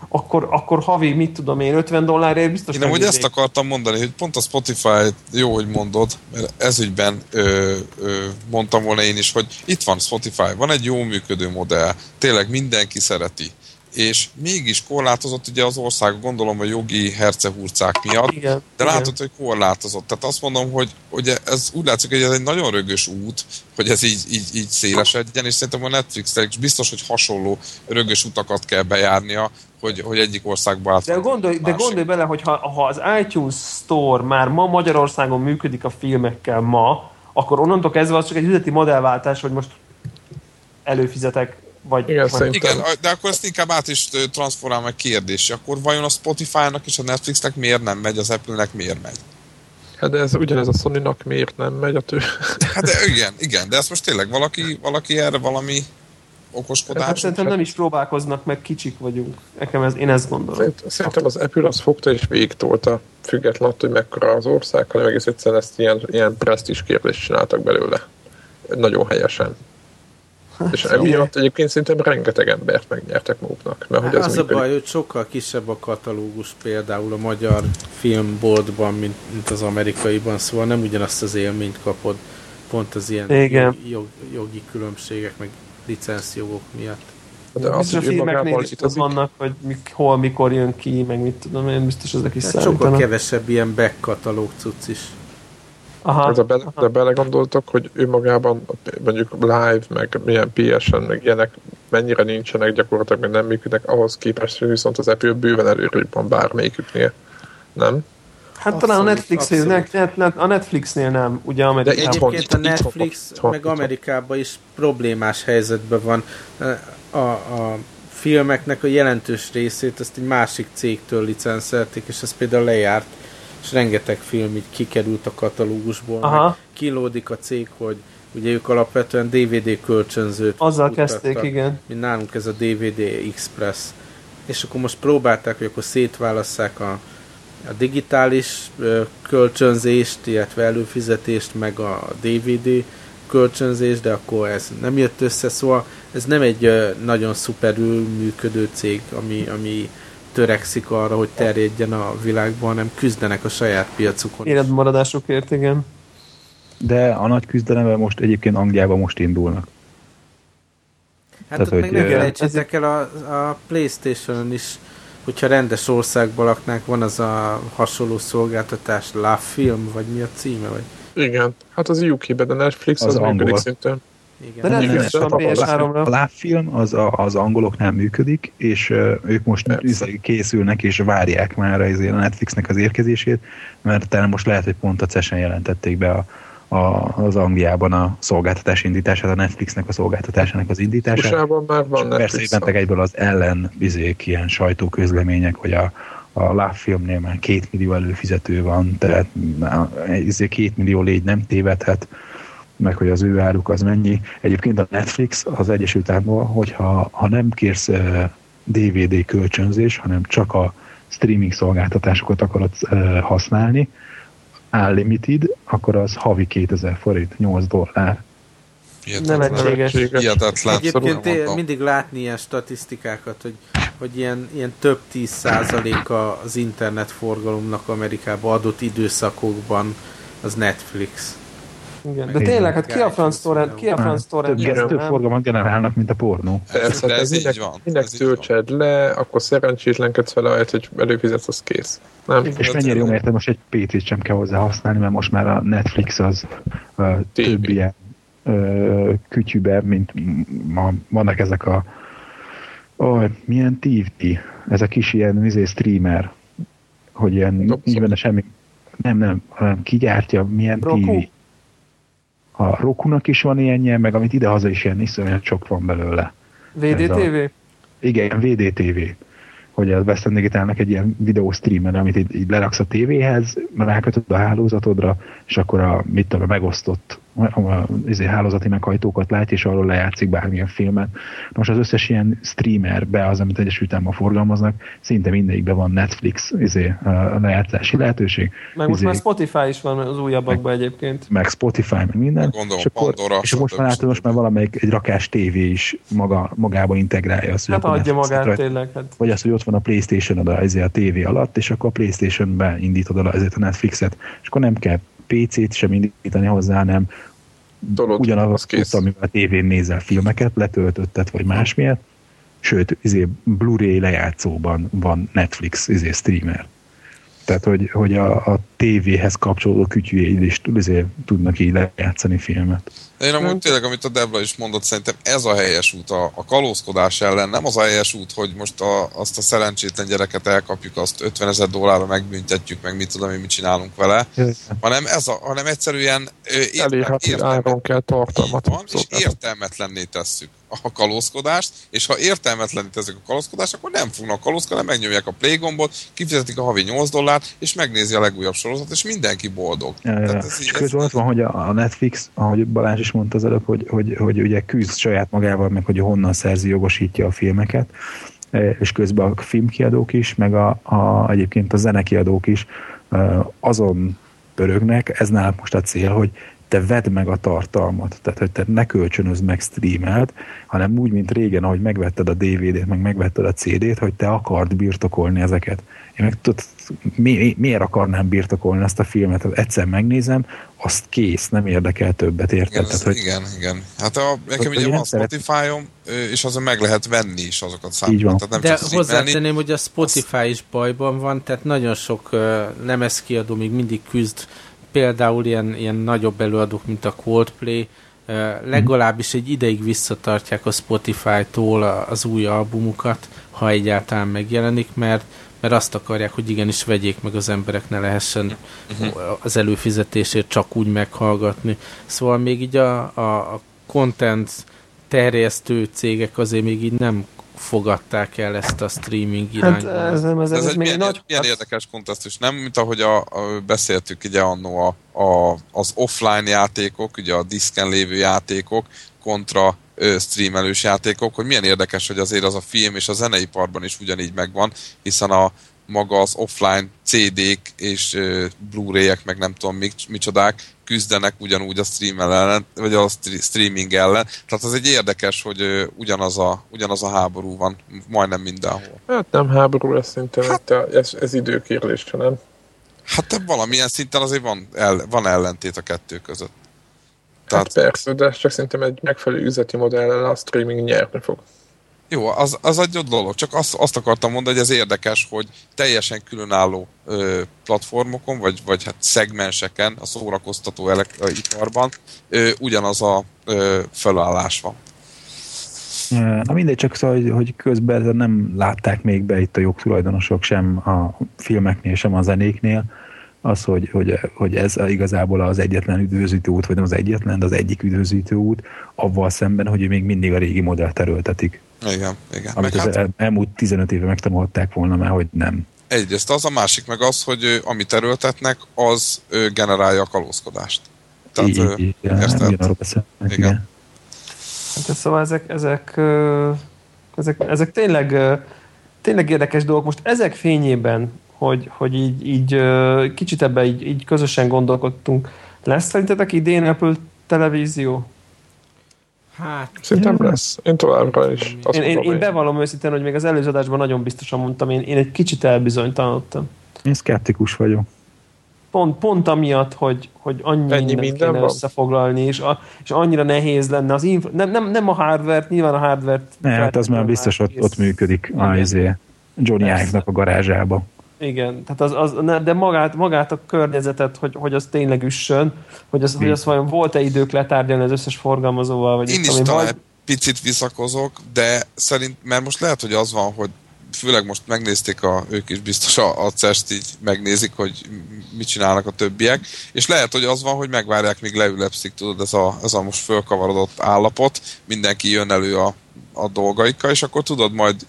akkor, akkor havi, mit tudom én, ötven dollárért biztos én nem, hogy ezt akartam mondani, hogy pont a Spotify jó, hogy mondod, mert ezügyben ö, ö, mondtam volna én is, hogy itt van Spotify, van egy jó működő modell, tényleg mindenki szereti, és mégis korlátozott ugye az ország, gondolom a jogi hercehurcák miatt, igen, de igen. látod, hogy korlátozott. Tehát azt mondom, hogy ugye ez úgy látszik, hogy ez egy nagyon rögös út, hogy ez így, így, így szélesedjen, és szerintem a Netflixnek is biztos, hogy hasonló rögös utakat kell bejárnia, hogy, hogy egyik országba át. De gondolj, de gondolj bele, hogy ha, ha az iTunes Store már ma Magyarországon működik a filmekkel ma, akkor onnantól kezdve az csak egy üzleti modellváltás, hogy most előfizetek, vagy... Igen, vagy Igen, de akkor ezt inkább át is transformál meg kérdés. Akkor vajon a Spotify-nak és a Netflixnek miért nem megy, az Apple-nek miért megy? Hát de ez ugyanez a Sony-nak miért nem megy a tő? Hát de igen, igen, de ezt most tényleg valaki, valaki erre valami okoskodás. Hát szerintem nem is próbálkoznak, meg kicsik vagyunk. Nekem ez, én ezt gondolom. Szerint, szerintem az Apple az fogta és végigtolta, függetlenül attól, hogy mekkora az ország, hanem egész egyszerűen ezt ilyen, ilyen presztízs kérdést csináltak belőle. Nagyon helyesen. És emiatt egyébként szerintem rengeteg embert megnyertek maguknak. Mert hogy ez az működik. a baj, hogy sokkal kisebb a katalógus például a magyar filmboltban, mint, mint az amerikaiban, szóval nem ugyanazt az élményt kapod, pont az ilyen Igen. jog, jogi különbségek, meg licenszjogok miatt. De az, biztos a hogy ő filmeknél magával is itt az vannak, hogy mik, hol, mikor jön ki, meg mit tudom én, biztos ezek is Hát sokkal számítanak. kevesebb ilyen back katalóg cucc is. Aha, de, be, aha. de belegondoltok, hogy ő magában mondjuk live, meg milyen pé es en, meg ilyenek mennyire nincsenek, gyakorlatilag meg nem működnek, ahhoz képest, hogy viszont az Apple bőven előrébb van bármelyiküknél. Nem? Hát talán a Netflixnél, abszolút. net, net, a Netflixnél nem, ugye De Amerikában. itthon- Egyébként a itthon- Netflix itthon- meg itthon. Amerikában is problémás helyzetben van. A, a filmeknek a jelentős részét ezt egy másik cégtől licenszelték, és ez például lejárt, és rengeteg film így kikerült a katalógusból. Aha. Meg kínlódik a cég, hogy ugye ők alapvetően dé vé dé kölcsönzőt Azzal futtattak, kezdték, igen. mint nálunk ez a dé vé dé Express. És akkor most próbálták, hogy akkor szétválasszák a a digitális ö, kölcsönzést, illetve előfizetést, meg a dé vé dé kölcsönzést, de akkor ez nem jött össze, szóval ez nem egy ö, nagyon szuperül működő cég, ami, ami törekszik arra, hogy terjedjen a világban, hanem küzdenek a saját piacukon. Életmaradásukért, igen. De a nagy küzdelemben most egyébként Angliában most indulnak. Hát Tehát, ott meg hogy, ne ö, felejtsétek el a, a PlayStation-on is, hogyha rendes országban laknák, van az a hasonló szolgáltatás, Love Film, vagy mi a címe? Vagy? Igen. Hát az u ké-ben, de Netflix Az az, az működik angol. szintén. Igen. De nem Igen, Netflix van a- pé es A háromra. Live film az a, az angoloknál működik, és uh, ők most Persze. izé készülnek és várják már az a Netflixnek az érkezését, mert talán most lehet, hogy pont a cé e es-en jelentették be a, a, az Angliában a szolgáltatás indítását, a Netflixnek a szolgáltatásának az indítását. u es á-ban már van És persze Netflix. éventek egyből az ellen bizék, ilyen sajtóközlemények, hogy a, a Love filmnél már két millió előfizető van, tehát izé két millió légy nem tévedhet, meg hogy az ő áruk az mennyi. Egyébként a Netflix az Egyesült Államokban, hogyha ha nem kérsz uh, dé vé dé kölcsönzés, hanem csak a streaming szolgáltatásokat akarod uh, használni, unlimited, akkor az havi kétezer forint, nyolc dollár. Nevetséges. Hihetetlen. Egyébként Szóval mondom. mindig látni ilyen statisztikákat, hogy, hogy ilyen, ilyen több tíz százaléka az internetforgalomnak Amerikában adott időszakokban az Netflix. Igen. De tényleg, hát ki a franc torrent, ki a Hát, franc torrent? több, Igen. több forgalmat generálnak, mint a pornó. Persze, De de ez minek, így van. minek Ez így van. töltsed le, akkor szerencsétlenkedsz vele, ahelyett, hogy előfizetsz, az kész. Nem? Igen. És mennyire jól érted, most egy pé cét sem kell hozzá használni, mert most már a Netflix az uh, több ilyen uh, kütyűben, mint ma, vannak ezek a oh, milyen té vé, ez a kis ilyen izé, streamer, hogy ilyen Dobszok. nincs benne semmi, nem, nem, hanem ki gyártja, milyen Roku? té vé. A Rokunak is van ilyenje, meg amit idehaza is ilyen iszonyat sok van belőle. vé dé té vé? Igen, ilyen vé dé té vé. Hogy a Western Digitalnek egy ilyen videó streamer, amit így, így leraksz a tévéhez, rákötöd a hálózatodra, és akkor a, mit tudom, a megosztott izé, hálózati meghajtókat látja, és arról lejátszik bármilyen filmet. Most az összes ilyen streamerbe, az, amit Egyesült Államokban forgalmaznak, szinte mindegyikben van Netflix izé, a lejátszási lehetőség. Meg most izé, már Spotify is van az újabbakban egyébként. Meg Spotify, meg minden. Gondolom, és akkor, Pandora, és most már látod, most már valamelyik egy rakás tévé is maga, magába integrálja azt, hogy hát adja magát rajta, tényleg. Hát. Vagy az, hogy ott van a PlayStation-od a, a tévé alatt, és akkor a PlayStation-be indítod a, ezért a Netflixet, és akkor nem kell pé cét sem indítani hozzá, hanem ugyanaz az, amivel a tévén nézel filmeket, letöltötted, vagy másmilyet, sőt, izé, Blu-ray lejátszóban van Netflix izé, streamer. Tehát, hogy, hogy a, a tévéhez kapcsolódó kütyűjéid is izé, tudnak így lejátszani filmet. Én amúgy tényleg, amit a Debra is mondott, szerintem ez a helyes út a, a kalózkodás ellen. Nem az a helyes út, hogy most a, azt a szerencsétlen gyereket elkapjuk, azt ötvenezer dollárra megbüntetjük, meg mit tudom én, mit csinálunk vele, hanem, ez a, hanem egyszerűen elérhető áron kell tartalmat. Van, és értelmetlenné tesszük a kalózkodást, és ha értelmetlenné tesszük a kalózkodást, akkor nem fognak kalózkodni, megnyomják a play gombot, kifizetik a havi nyolc dollárt, és megnézi a legújabb sorozat, és mindenki boldog. Ja, ja. Ez és közben ott van, hogy a Netflix, ahogy Balázs is mondta az előbb, hogy, hogy, hogy ugye küzd saját magával, meg hogy honnan szerzi, jogosítja a filmeket, és közben a filmkiadók is, meg a, a, egyébként a zenekiadók is azon pörögnek, ez náluk most a cél, hogy te vedd meg a tartalmat, tehát hogy te ne kölcsönözd meg, streameld, hanem úgy, mint régen, ahogy megvetted a dé vé dét, meg megvetted a cé dét, hogy te akard birtokolni ezeket. Én meg tudod, mi, miért akarnám birtokolni ezt a filmet? Egyszer megnézem, azt kész, nem érdekel többet, érted? Igen, tehát, hogy... igen, igen. Hát a, nekem ugye van Spotify-om, és azon meg lehet venni is azokat számokat. Nem de hozzátenném, hogy a Spotify azt... is bajban van, tehát nagyon sok uh, lemezkiadó még mindig küzd, például ilyen, ilyen nagyobb előadók, mint a Coldplay, uh, legalábbis egy ideig visszatartják a Spotify-tól az új albumukat, ha egyáltalán megjelenik, mert, mert azt akarják, hogy igenis vegyék meg az emberek, ne lehessen uh-huh. az előfizetésért csak úgy meghallgatni. Szóval még így a, a, a content terjesztő cégek azért még így nem fogadták el ezt a streaming irányba. Hát ez, ez, ez, ez egy még milyen, nagy... milyen érdekes kontextus, nem? Mint ahogy a, a, beszéltük ugye annó a, a, az offline játékok, ugye a diszken lévő játékok kontra ö, streamelős játékok, hogy milyen érdekes, hogy azért az a film és a zeneiparban is ugyanígy megvan, hiszen a maga az offline cé dék és ö, Blu-rayek, meg nem tudom mik, micsodák küzdenek ugyanúgy a stream ellen, vagy a streaming ellen. Tehát az egy érdekes, hogy ö, ugyanaz, a, ugyanaz a háború van majdnem mindenhol. Hát nem háború, ez szintén, hát, ez, ez időkérlése, nem? Hát valamilyen szinten azért van, el, van ellentét a kettő között. Tehát... Hát persze, de csak szerintem egy megfelelő üzleti modellel a streaming nyerni fog. Jó, az, az egy jó dolog, csak azt, azt akartam mondani, hogy ez érdekes, hogy teljesen különálló ö, platformokon, vagy, vagy hát szegmenseken, a szórakoztató iparban ö, ugyanaz a ö, felállás van. Na mindegy, csak szóval, hogy, hogy közben nem látták még be itt a jogtulajdonosok sem a filmeknél, sem a zenéknél, az, hogy, hogy, hogy ez igazából az egyetlen üdvözítő út, vagy nem az egyetlen, de az egyik üdvözítő út, avval szemben, hogy még mindig a régi modellt erőltetik. Igen, igen. Amit az hát... el, elmúlt tizenöt éve megtanulták volna már, hogy nem. Egyrészt az, a másik meg az, hogy amit erőltetnek, az generálja a kalózkodást. Tehát, így, így, ugyanarról beszélnek. Igen. igen. Hát szóval ezek, ezek, ezek, ezek tényleg, tényleg érdekes dolgok. Most ezek fényében, hogy, hogy így, így kicsit ebben így, így közösen gondolkodtunk, lesz szerintetek idén Apple televízió? Hát... Szerintem lesz. Én továbbra is. Én, én, én bevallom őszintén, hogy még az előző adásban nagyon biztosan mondtam, én, én egy kicsit elbizonytalanodtam. Én szkeptikus vagyok. Pont, pont amiatt, hogy, hogy annyi Ennyi mindent minden kéne van? Összefoglalni, és, a, és annyira nehéz lenne az info... Nem, nem, nem a hardware-t, nyilván a hardware-t... Ne, hát az már biztos ott, ott működik a Johnny Ive-nak a garázsába. Igen, tehát az, az, de magát, magát a környezetet, hogy, hogy az tényleg üssön, hogy az, hogy az vajon volt-e idők letárgyalni az összes forgalmazóval, vagy én is ami, talán vagy... picit visszakozok, de szerint, mert most lehet, hogy az van, hogy főleg most megnézték, a, ők is biztos a, a cest így megnézik, hogy mit csinálnak a többiek, és lehet, hogy az van, hogy megvárják, míg leülepszik, tudod, ez a, ez a most fölkavarodott állapot, mindenki jön elő a, a dolgaikkal, és akkor tudod majd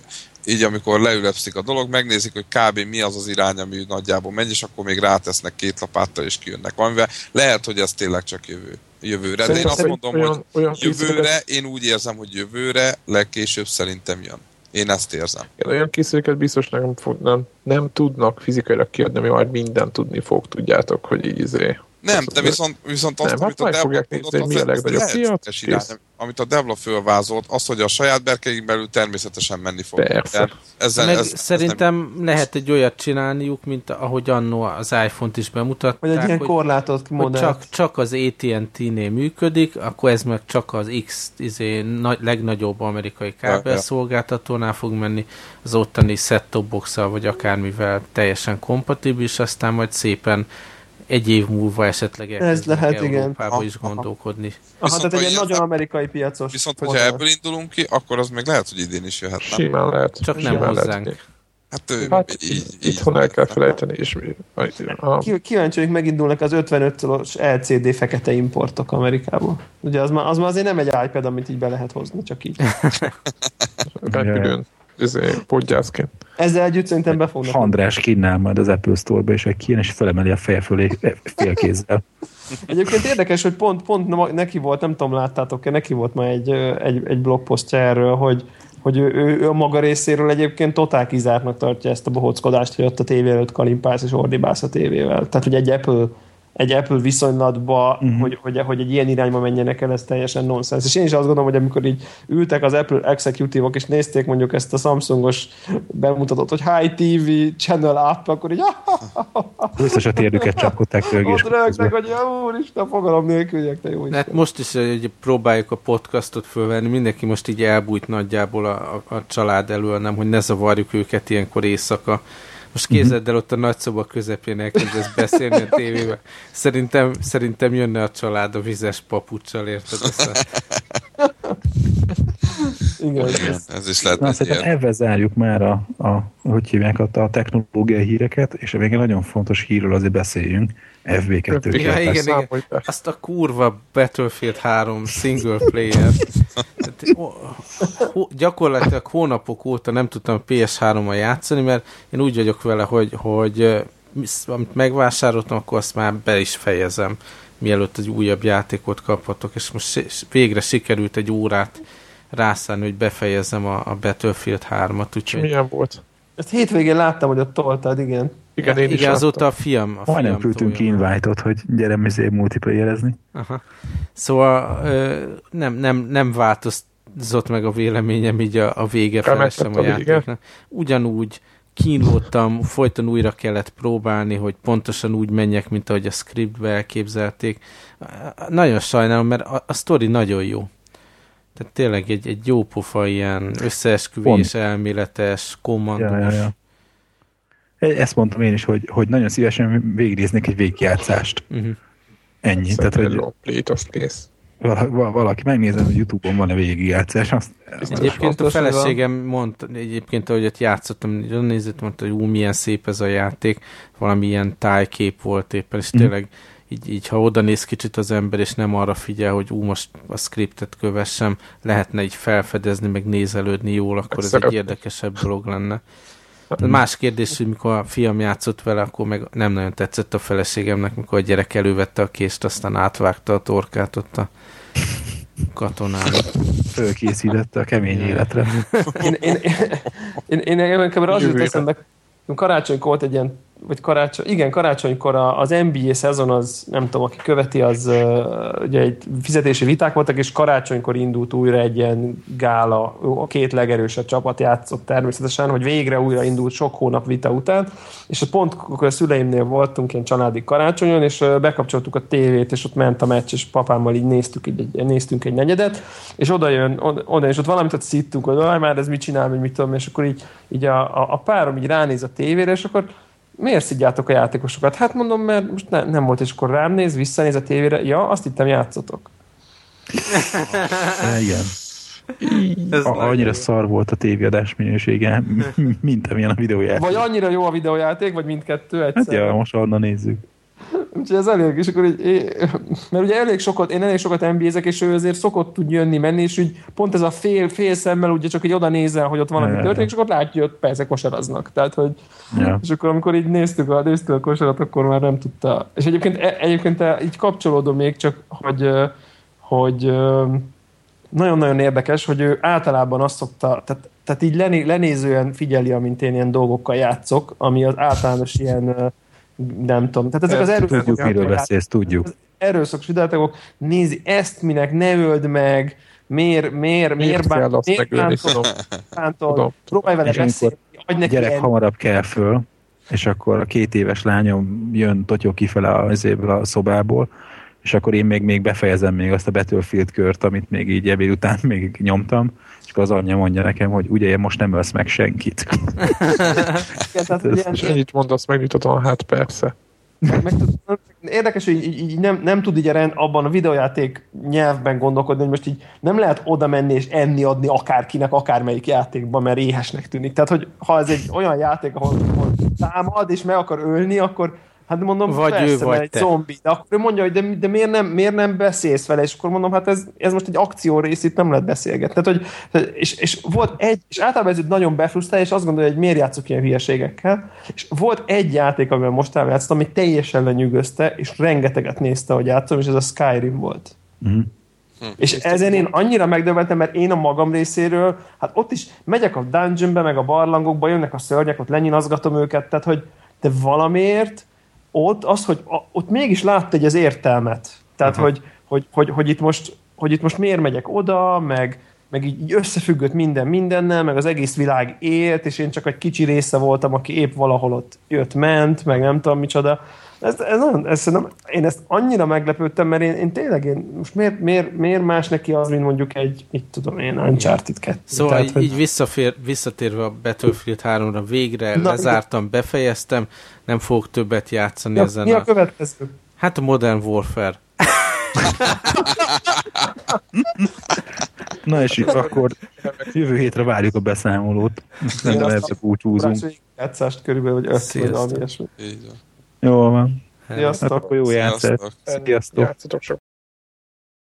így amikor leülepszik a dolog, megnézik, hogy kb. Mi az az irány, ami nagyjából megy, és akkor még rátesznek két lapáttal, és kijönnek valamivel. Lehet, hogy ez tényleg csak jövő. jövőre. De én azt mondom, olyan, hogy olyan jövőre, én úgy érzem, hogy jövőre legkésőbb szerintem jön. Én ezt érzem. Olyan készüléket biztos nem, nem, nem tudnak fizikailag kiadni, ami majd mindent tudni fog, tudjátok, hogy így izé. Nem, de viszont, viszont azt, nem, amit hát a Devla mondott, mi a legnagyobb piac, irány, amit a Devla fölvázolt, az, hogy a saját berkeink belül természetesen menni fog. Persze. Ezzel, Meg ez, szerintem ez nem... lehet egy olyat csinálniuk, mint ahogy annó az iPhone-t is bemutatták. Vagy egy ilyen hogy, korlátot hogy csak, csak az á té and té-nél működik, akkor ez meg csak az X izé, nagy, legnagyobb amerikai kábelszolgáltatónál fog menni, az ottani set-top box-szal vagy akármivel teljesen kompatibilis, aztán majd szépen egy év múlva esetleg ez lehet, Európába igen. is gondolkodni. Aha, tehát egy ilyen nagyon amerikai piacos. Viszont, hogyha modell. Ebből indulunk ki, akkor az még lehet, hogy idén is jöhet. Simán lehet. Csak Simán nem hozzánk. Lehet. Hát, hát így, így, itthon el kell felejteni. És kíváncsi, hogy megindulnak az ötvenöt szoros el cé dé fekete importok Amerikából. Ugye az már, az már azért nem egy iPad, amit így be lehet hozni, csak így. Repülőn. Podgyászként. Ezzel együtt szerintem be fognak. András kínál majd az Apple Store-ba, és egy kijön, és felemeli a feje fölé félkézzel. Egyébként érdekes, hogy pont, pont neki volt, nem tudom, láttátok-e, neki volt már egy, egy, egy blogposztja erről, hogy, hogy ő, ő, ő a maga részéről egyébként totál kizártnak tartja ezt a bohóckodást, hogy ott a tévé előtt kalimpálsz és ordibálsz a tévével. Tehát, hogy egy Apple egy Apple viszonylatba, uh-huh. hogy, hogy, hogy egy ilyen irányba menjenek el, ez teljesen nonsens. És én is azt gondolom, hogy amikor így ültek az Apple executive-ok, és nézték mondjuk ezt a Samsungos bemutatót, hogy Hi té vé, Channel Up, akkor így összes a térdüket csapkodták rögés. Ott rögtek, hogy úristen, fogalom nélküliek, te jó Isten. Hát most is hogy próbáljuk a podcastot fölvenni, mindenki most így elbújt nagyjából a, a, a család elől, nem, hogy ne zavarjuk őket ilyenkor éjszaka. Most képzeld el, ott a nagyszoba közepén elkezdesz beszélni a tévével. Szerintem, szerintem jönne a család a vizes papuccsal, érted? Igen, ez, ez is lehet. Na, szerintem ebben zárjuk már a, a, hogy hívják, a, a technológiai híreket, és még egy nagyon fontos hírről azért beszéljünk. ef bé kettő. Ja, igen, igen. Azt a kurva Battlefield három single player. Gyakorlatilag hónapok óta nem tudtam pé es hárommal játszani, mert én úgy vagyok vele, hogy, hogy amit megvásároltam, akkor azt már be is fejezem, mielőtt egy újabb játékot kaphatok, és most végre sikerült egy órát rászállni, hogy befejezzem a, a Battlefield hármat. Úgyhogy... Milyen volt? Ezt hétvégén láttam, hogy ott toltad, igen. Igen, én igen, azóta a fiam. A Majdnem küldtünk ki invite-ot, hogy gyere mizé multiplayerezni. Aha. Szóval nem, nem, nem változott meg a véleményem, így a, a vége felesem a játéknak. Ugyanúgy kínlódtam, folyton újra kellett próbálni, hogy pontosan úgy menjek, mint ahogy a scriptbe elképzelték. Nagyon sajnálom, mert a, a sztori nagyon jó. Tehát tényleg egy, egy jó pofa ilyen összeesküvés, elméletes, kommandós. Ja, ja, ja. Ezt mondtam én is, hogy, hogy nagyon szívesen végignéznék egy végigjátszást. Uh-huh. Ennyi. Tehát, hogy valaki megnézem, hogy YouTube-on van-e végigjátszás. Azt, egyébként a feleségem mondta, egyébként ahogy ott játszottam, nézett, mondta, hogy ú, milyen szép ez a játék, valami ilyen tájkép volt éppen, és uh-huh. tényleg így, így, ha oda néz kicsit az ember, és nem arra figyel, hogy ú, most a scriptet kövessem, lehetne így felfedezni, meg nézelődni jól, akkor ez egy érdekesebb dolog lenne. Más kérdés, hogy mikor a fiam játszott vele, akkor meg nem nagyon tetszett a feleségemnek, mikor a gyerek elővette a kést, aztán átvágta a torkát ott a katonának. Fölkészítette a kemény életre. Én, én, én, én, én inkább az jut eszembe, karácsonykor volt egy ilyen, vagy karácsony, igen, karácsonykor az en bé á szezon, az nem tudom, aki követi, az ugye egy fizetési viták voltak, és karácsonykor indult újra egy ilyen gála, a két legerősebb csapat játszott természetesen, hogy végre újra indult sok hónap vita után, és pont akkor a szüleimnél voltunk ilyen családi karácsonyon, és bekapcsoltuk a tévét, és ott ment a meccs, és papámmal így néztük, így, néztünk egy negyedet, és oda jön, oda, és ott valamit ott szittunk, hogy már ez mit csinál, mit tudom, és akkor így, így a, a, a párom így ránéz a tévére, és akkor miért szidjátok a játékosokat? Hát mondom, mert most ne, nem volt, és akkor rám néz, visszanéz a tévére, ja, azt hittem játszotok. Igen. A, annyira szar volt a tévéadás minősége, mint amilyen a videójáték. Vagy annyira jó a videójáték, vagy mindkettő egyszer. Hát ja, most onnan nézzük. Úgyhogy ez elég, és akkor így, én, mert ugye elég sokat, én elég sokat en bé á-zek, és ő azért szokott tud jönni, menni, és úgy pont ez a fél, fél szemmel ugye csak így oda nézel, hogy ott valami Ja. történik, és akkor látja, hogy persze kosaraznak. Tehát, hogy, Ja. és akkor amikor így néztük a, néztük a kosarat, akkor már nem tudta. És egyébként, egyébként így kapcsolódom még csak, hogy, hogy nagyon-nagyon érdekes, hogy ő általában azt szokta, tehát, tehát így lené, lenézően figyeli, amint én ilyen dolgokkal játszok, ami az általános ilyen, nem tudom, tehát ezek az erőszakos Tudjuk, miről beszélsz, tudjuk. erőszakos videójátékok, nézi ezt, minek ne öld meg, miért, miért, miért kell azt miért megölni? bántod, bántod, próbálj vele És amikor beszélni, adj A neki gyerek el. hamarabb kell föl, és akkor a két éves lányom jön totyog kifele az évből a szobából, és akkor én még, még befejezem még azt a Battlefield kört, amit még így ebéd után még nyomtam, és akkor az anyja mondja nekem, hogy ugye most nem ölsz meg senkit. Igen, tehát ez- ilyen- És ennyit mondasz, megnyugtatóan, hát persze. meg, meg tud, érdekes, hogy így, így nem, nem tud így a rend, abban a videójáték nyelvben gondolkodni, hogy most így nem lehet oda menni és enni adni akárkinek, akármelyik játékban, mert éhesnek tűnik. Tehát, hogy ha ez egy olyan játék, ahol, ahol támad és meg akar ölni, akkor hát mondom, Vagy persze, ő, vagy mert egy te. zombi. De akkor ő mondja, hogy de, de miért, nem, miért nem beszélsz vele, és akkor mondom, hát ez, ez most egy akció rész, itt nem lehet beszélgetni. Tehát, hogy, és, és volt egy, és általában ez őt nagyon befrusztrál, és azt gondolja, hogy miért játszok ilyen hülyeségekkel. És volt egy játék, amivel mostában játszottam, ami teljesen lenyűgözte, és rengeteget nézte, hogy játszom, és ez a Skyrim volt. Mhm. És ezen én annyira megdöbbentem, mert én a magam részéről, hát ott is megyek a dungeonbe, meg a barlangokba, jönnek a szörnyek, ott lenyinazgatom őket, tehát hogy de valamiért ott az, hogy a, ott mégis látta egy az értelmet. Tehát, uh-huh. hogy, hogy, hogy, hogy, itt most, hogy itt most miért megyek oda, meg, meg így, így összefüggött minden mindennel, meg az egész világ élt, és én csak egy kicsi része voltam, aki épp valahol ott jött-ment, meg nem tudom micsoda. Ez, ez, nagyon, ez, nem, én ezt annyira meglepődtem, mert én, én tényleg, én most miért, miért, miért más neki az, mint mondjuk egy, mit tudom én, Uncharted kettő. Szóval Tehát, így, hogy... így visszafér, visszatérve a Battlefield háromra, végre Na, lezártam, befejeztem, nem fogok többet játszani Ja, ezen mi a a... következő? Hát a Modern Warfare. Na és így akkor jövő hétre várjuk a beszámolót. Nem Én azt ebbe búcsúzunk. Játszást körülbelül, hogy öt vagy Sziasztok. valami ilyesmi. Így van. Jól van. Sziasztok. Hát akkor jó játszást. Sziasztok. Sziasztok. Játszatok sok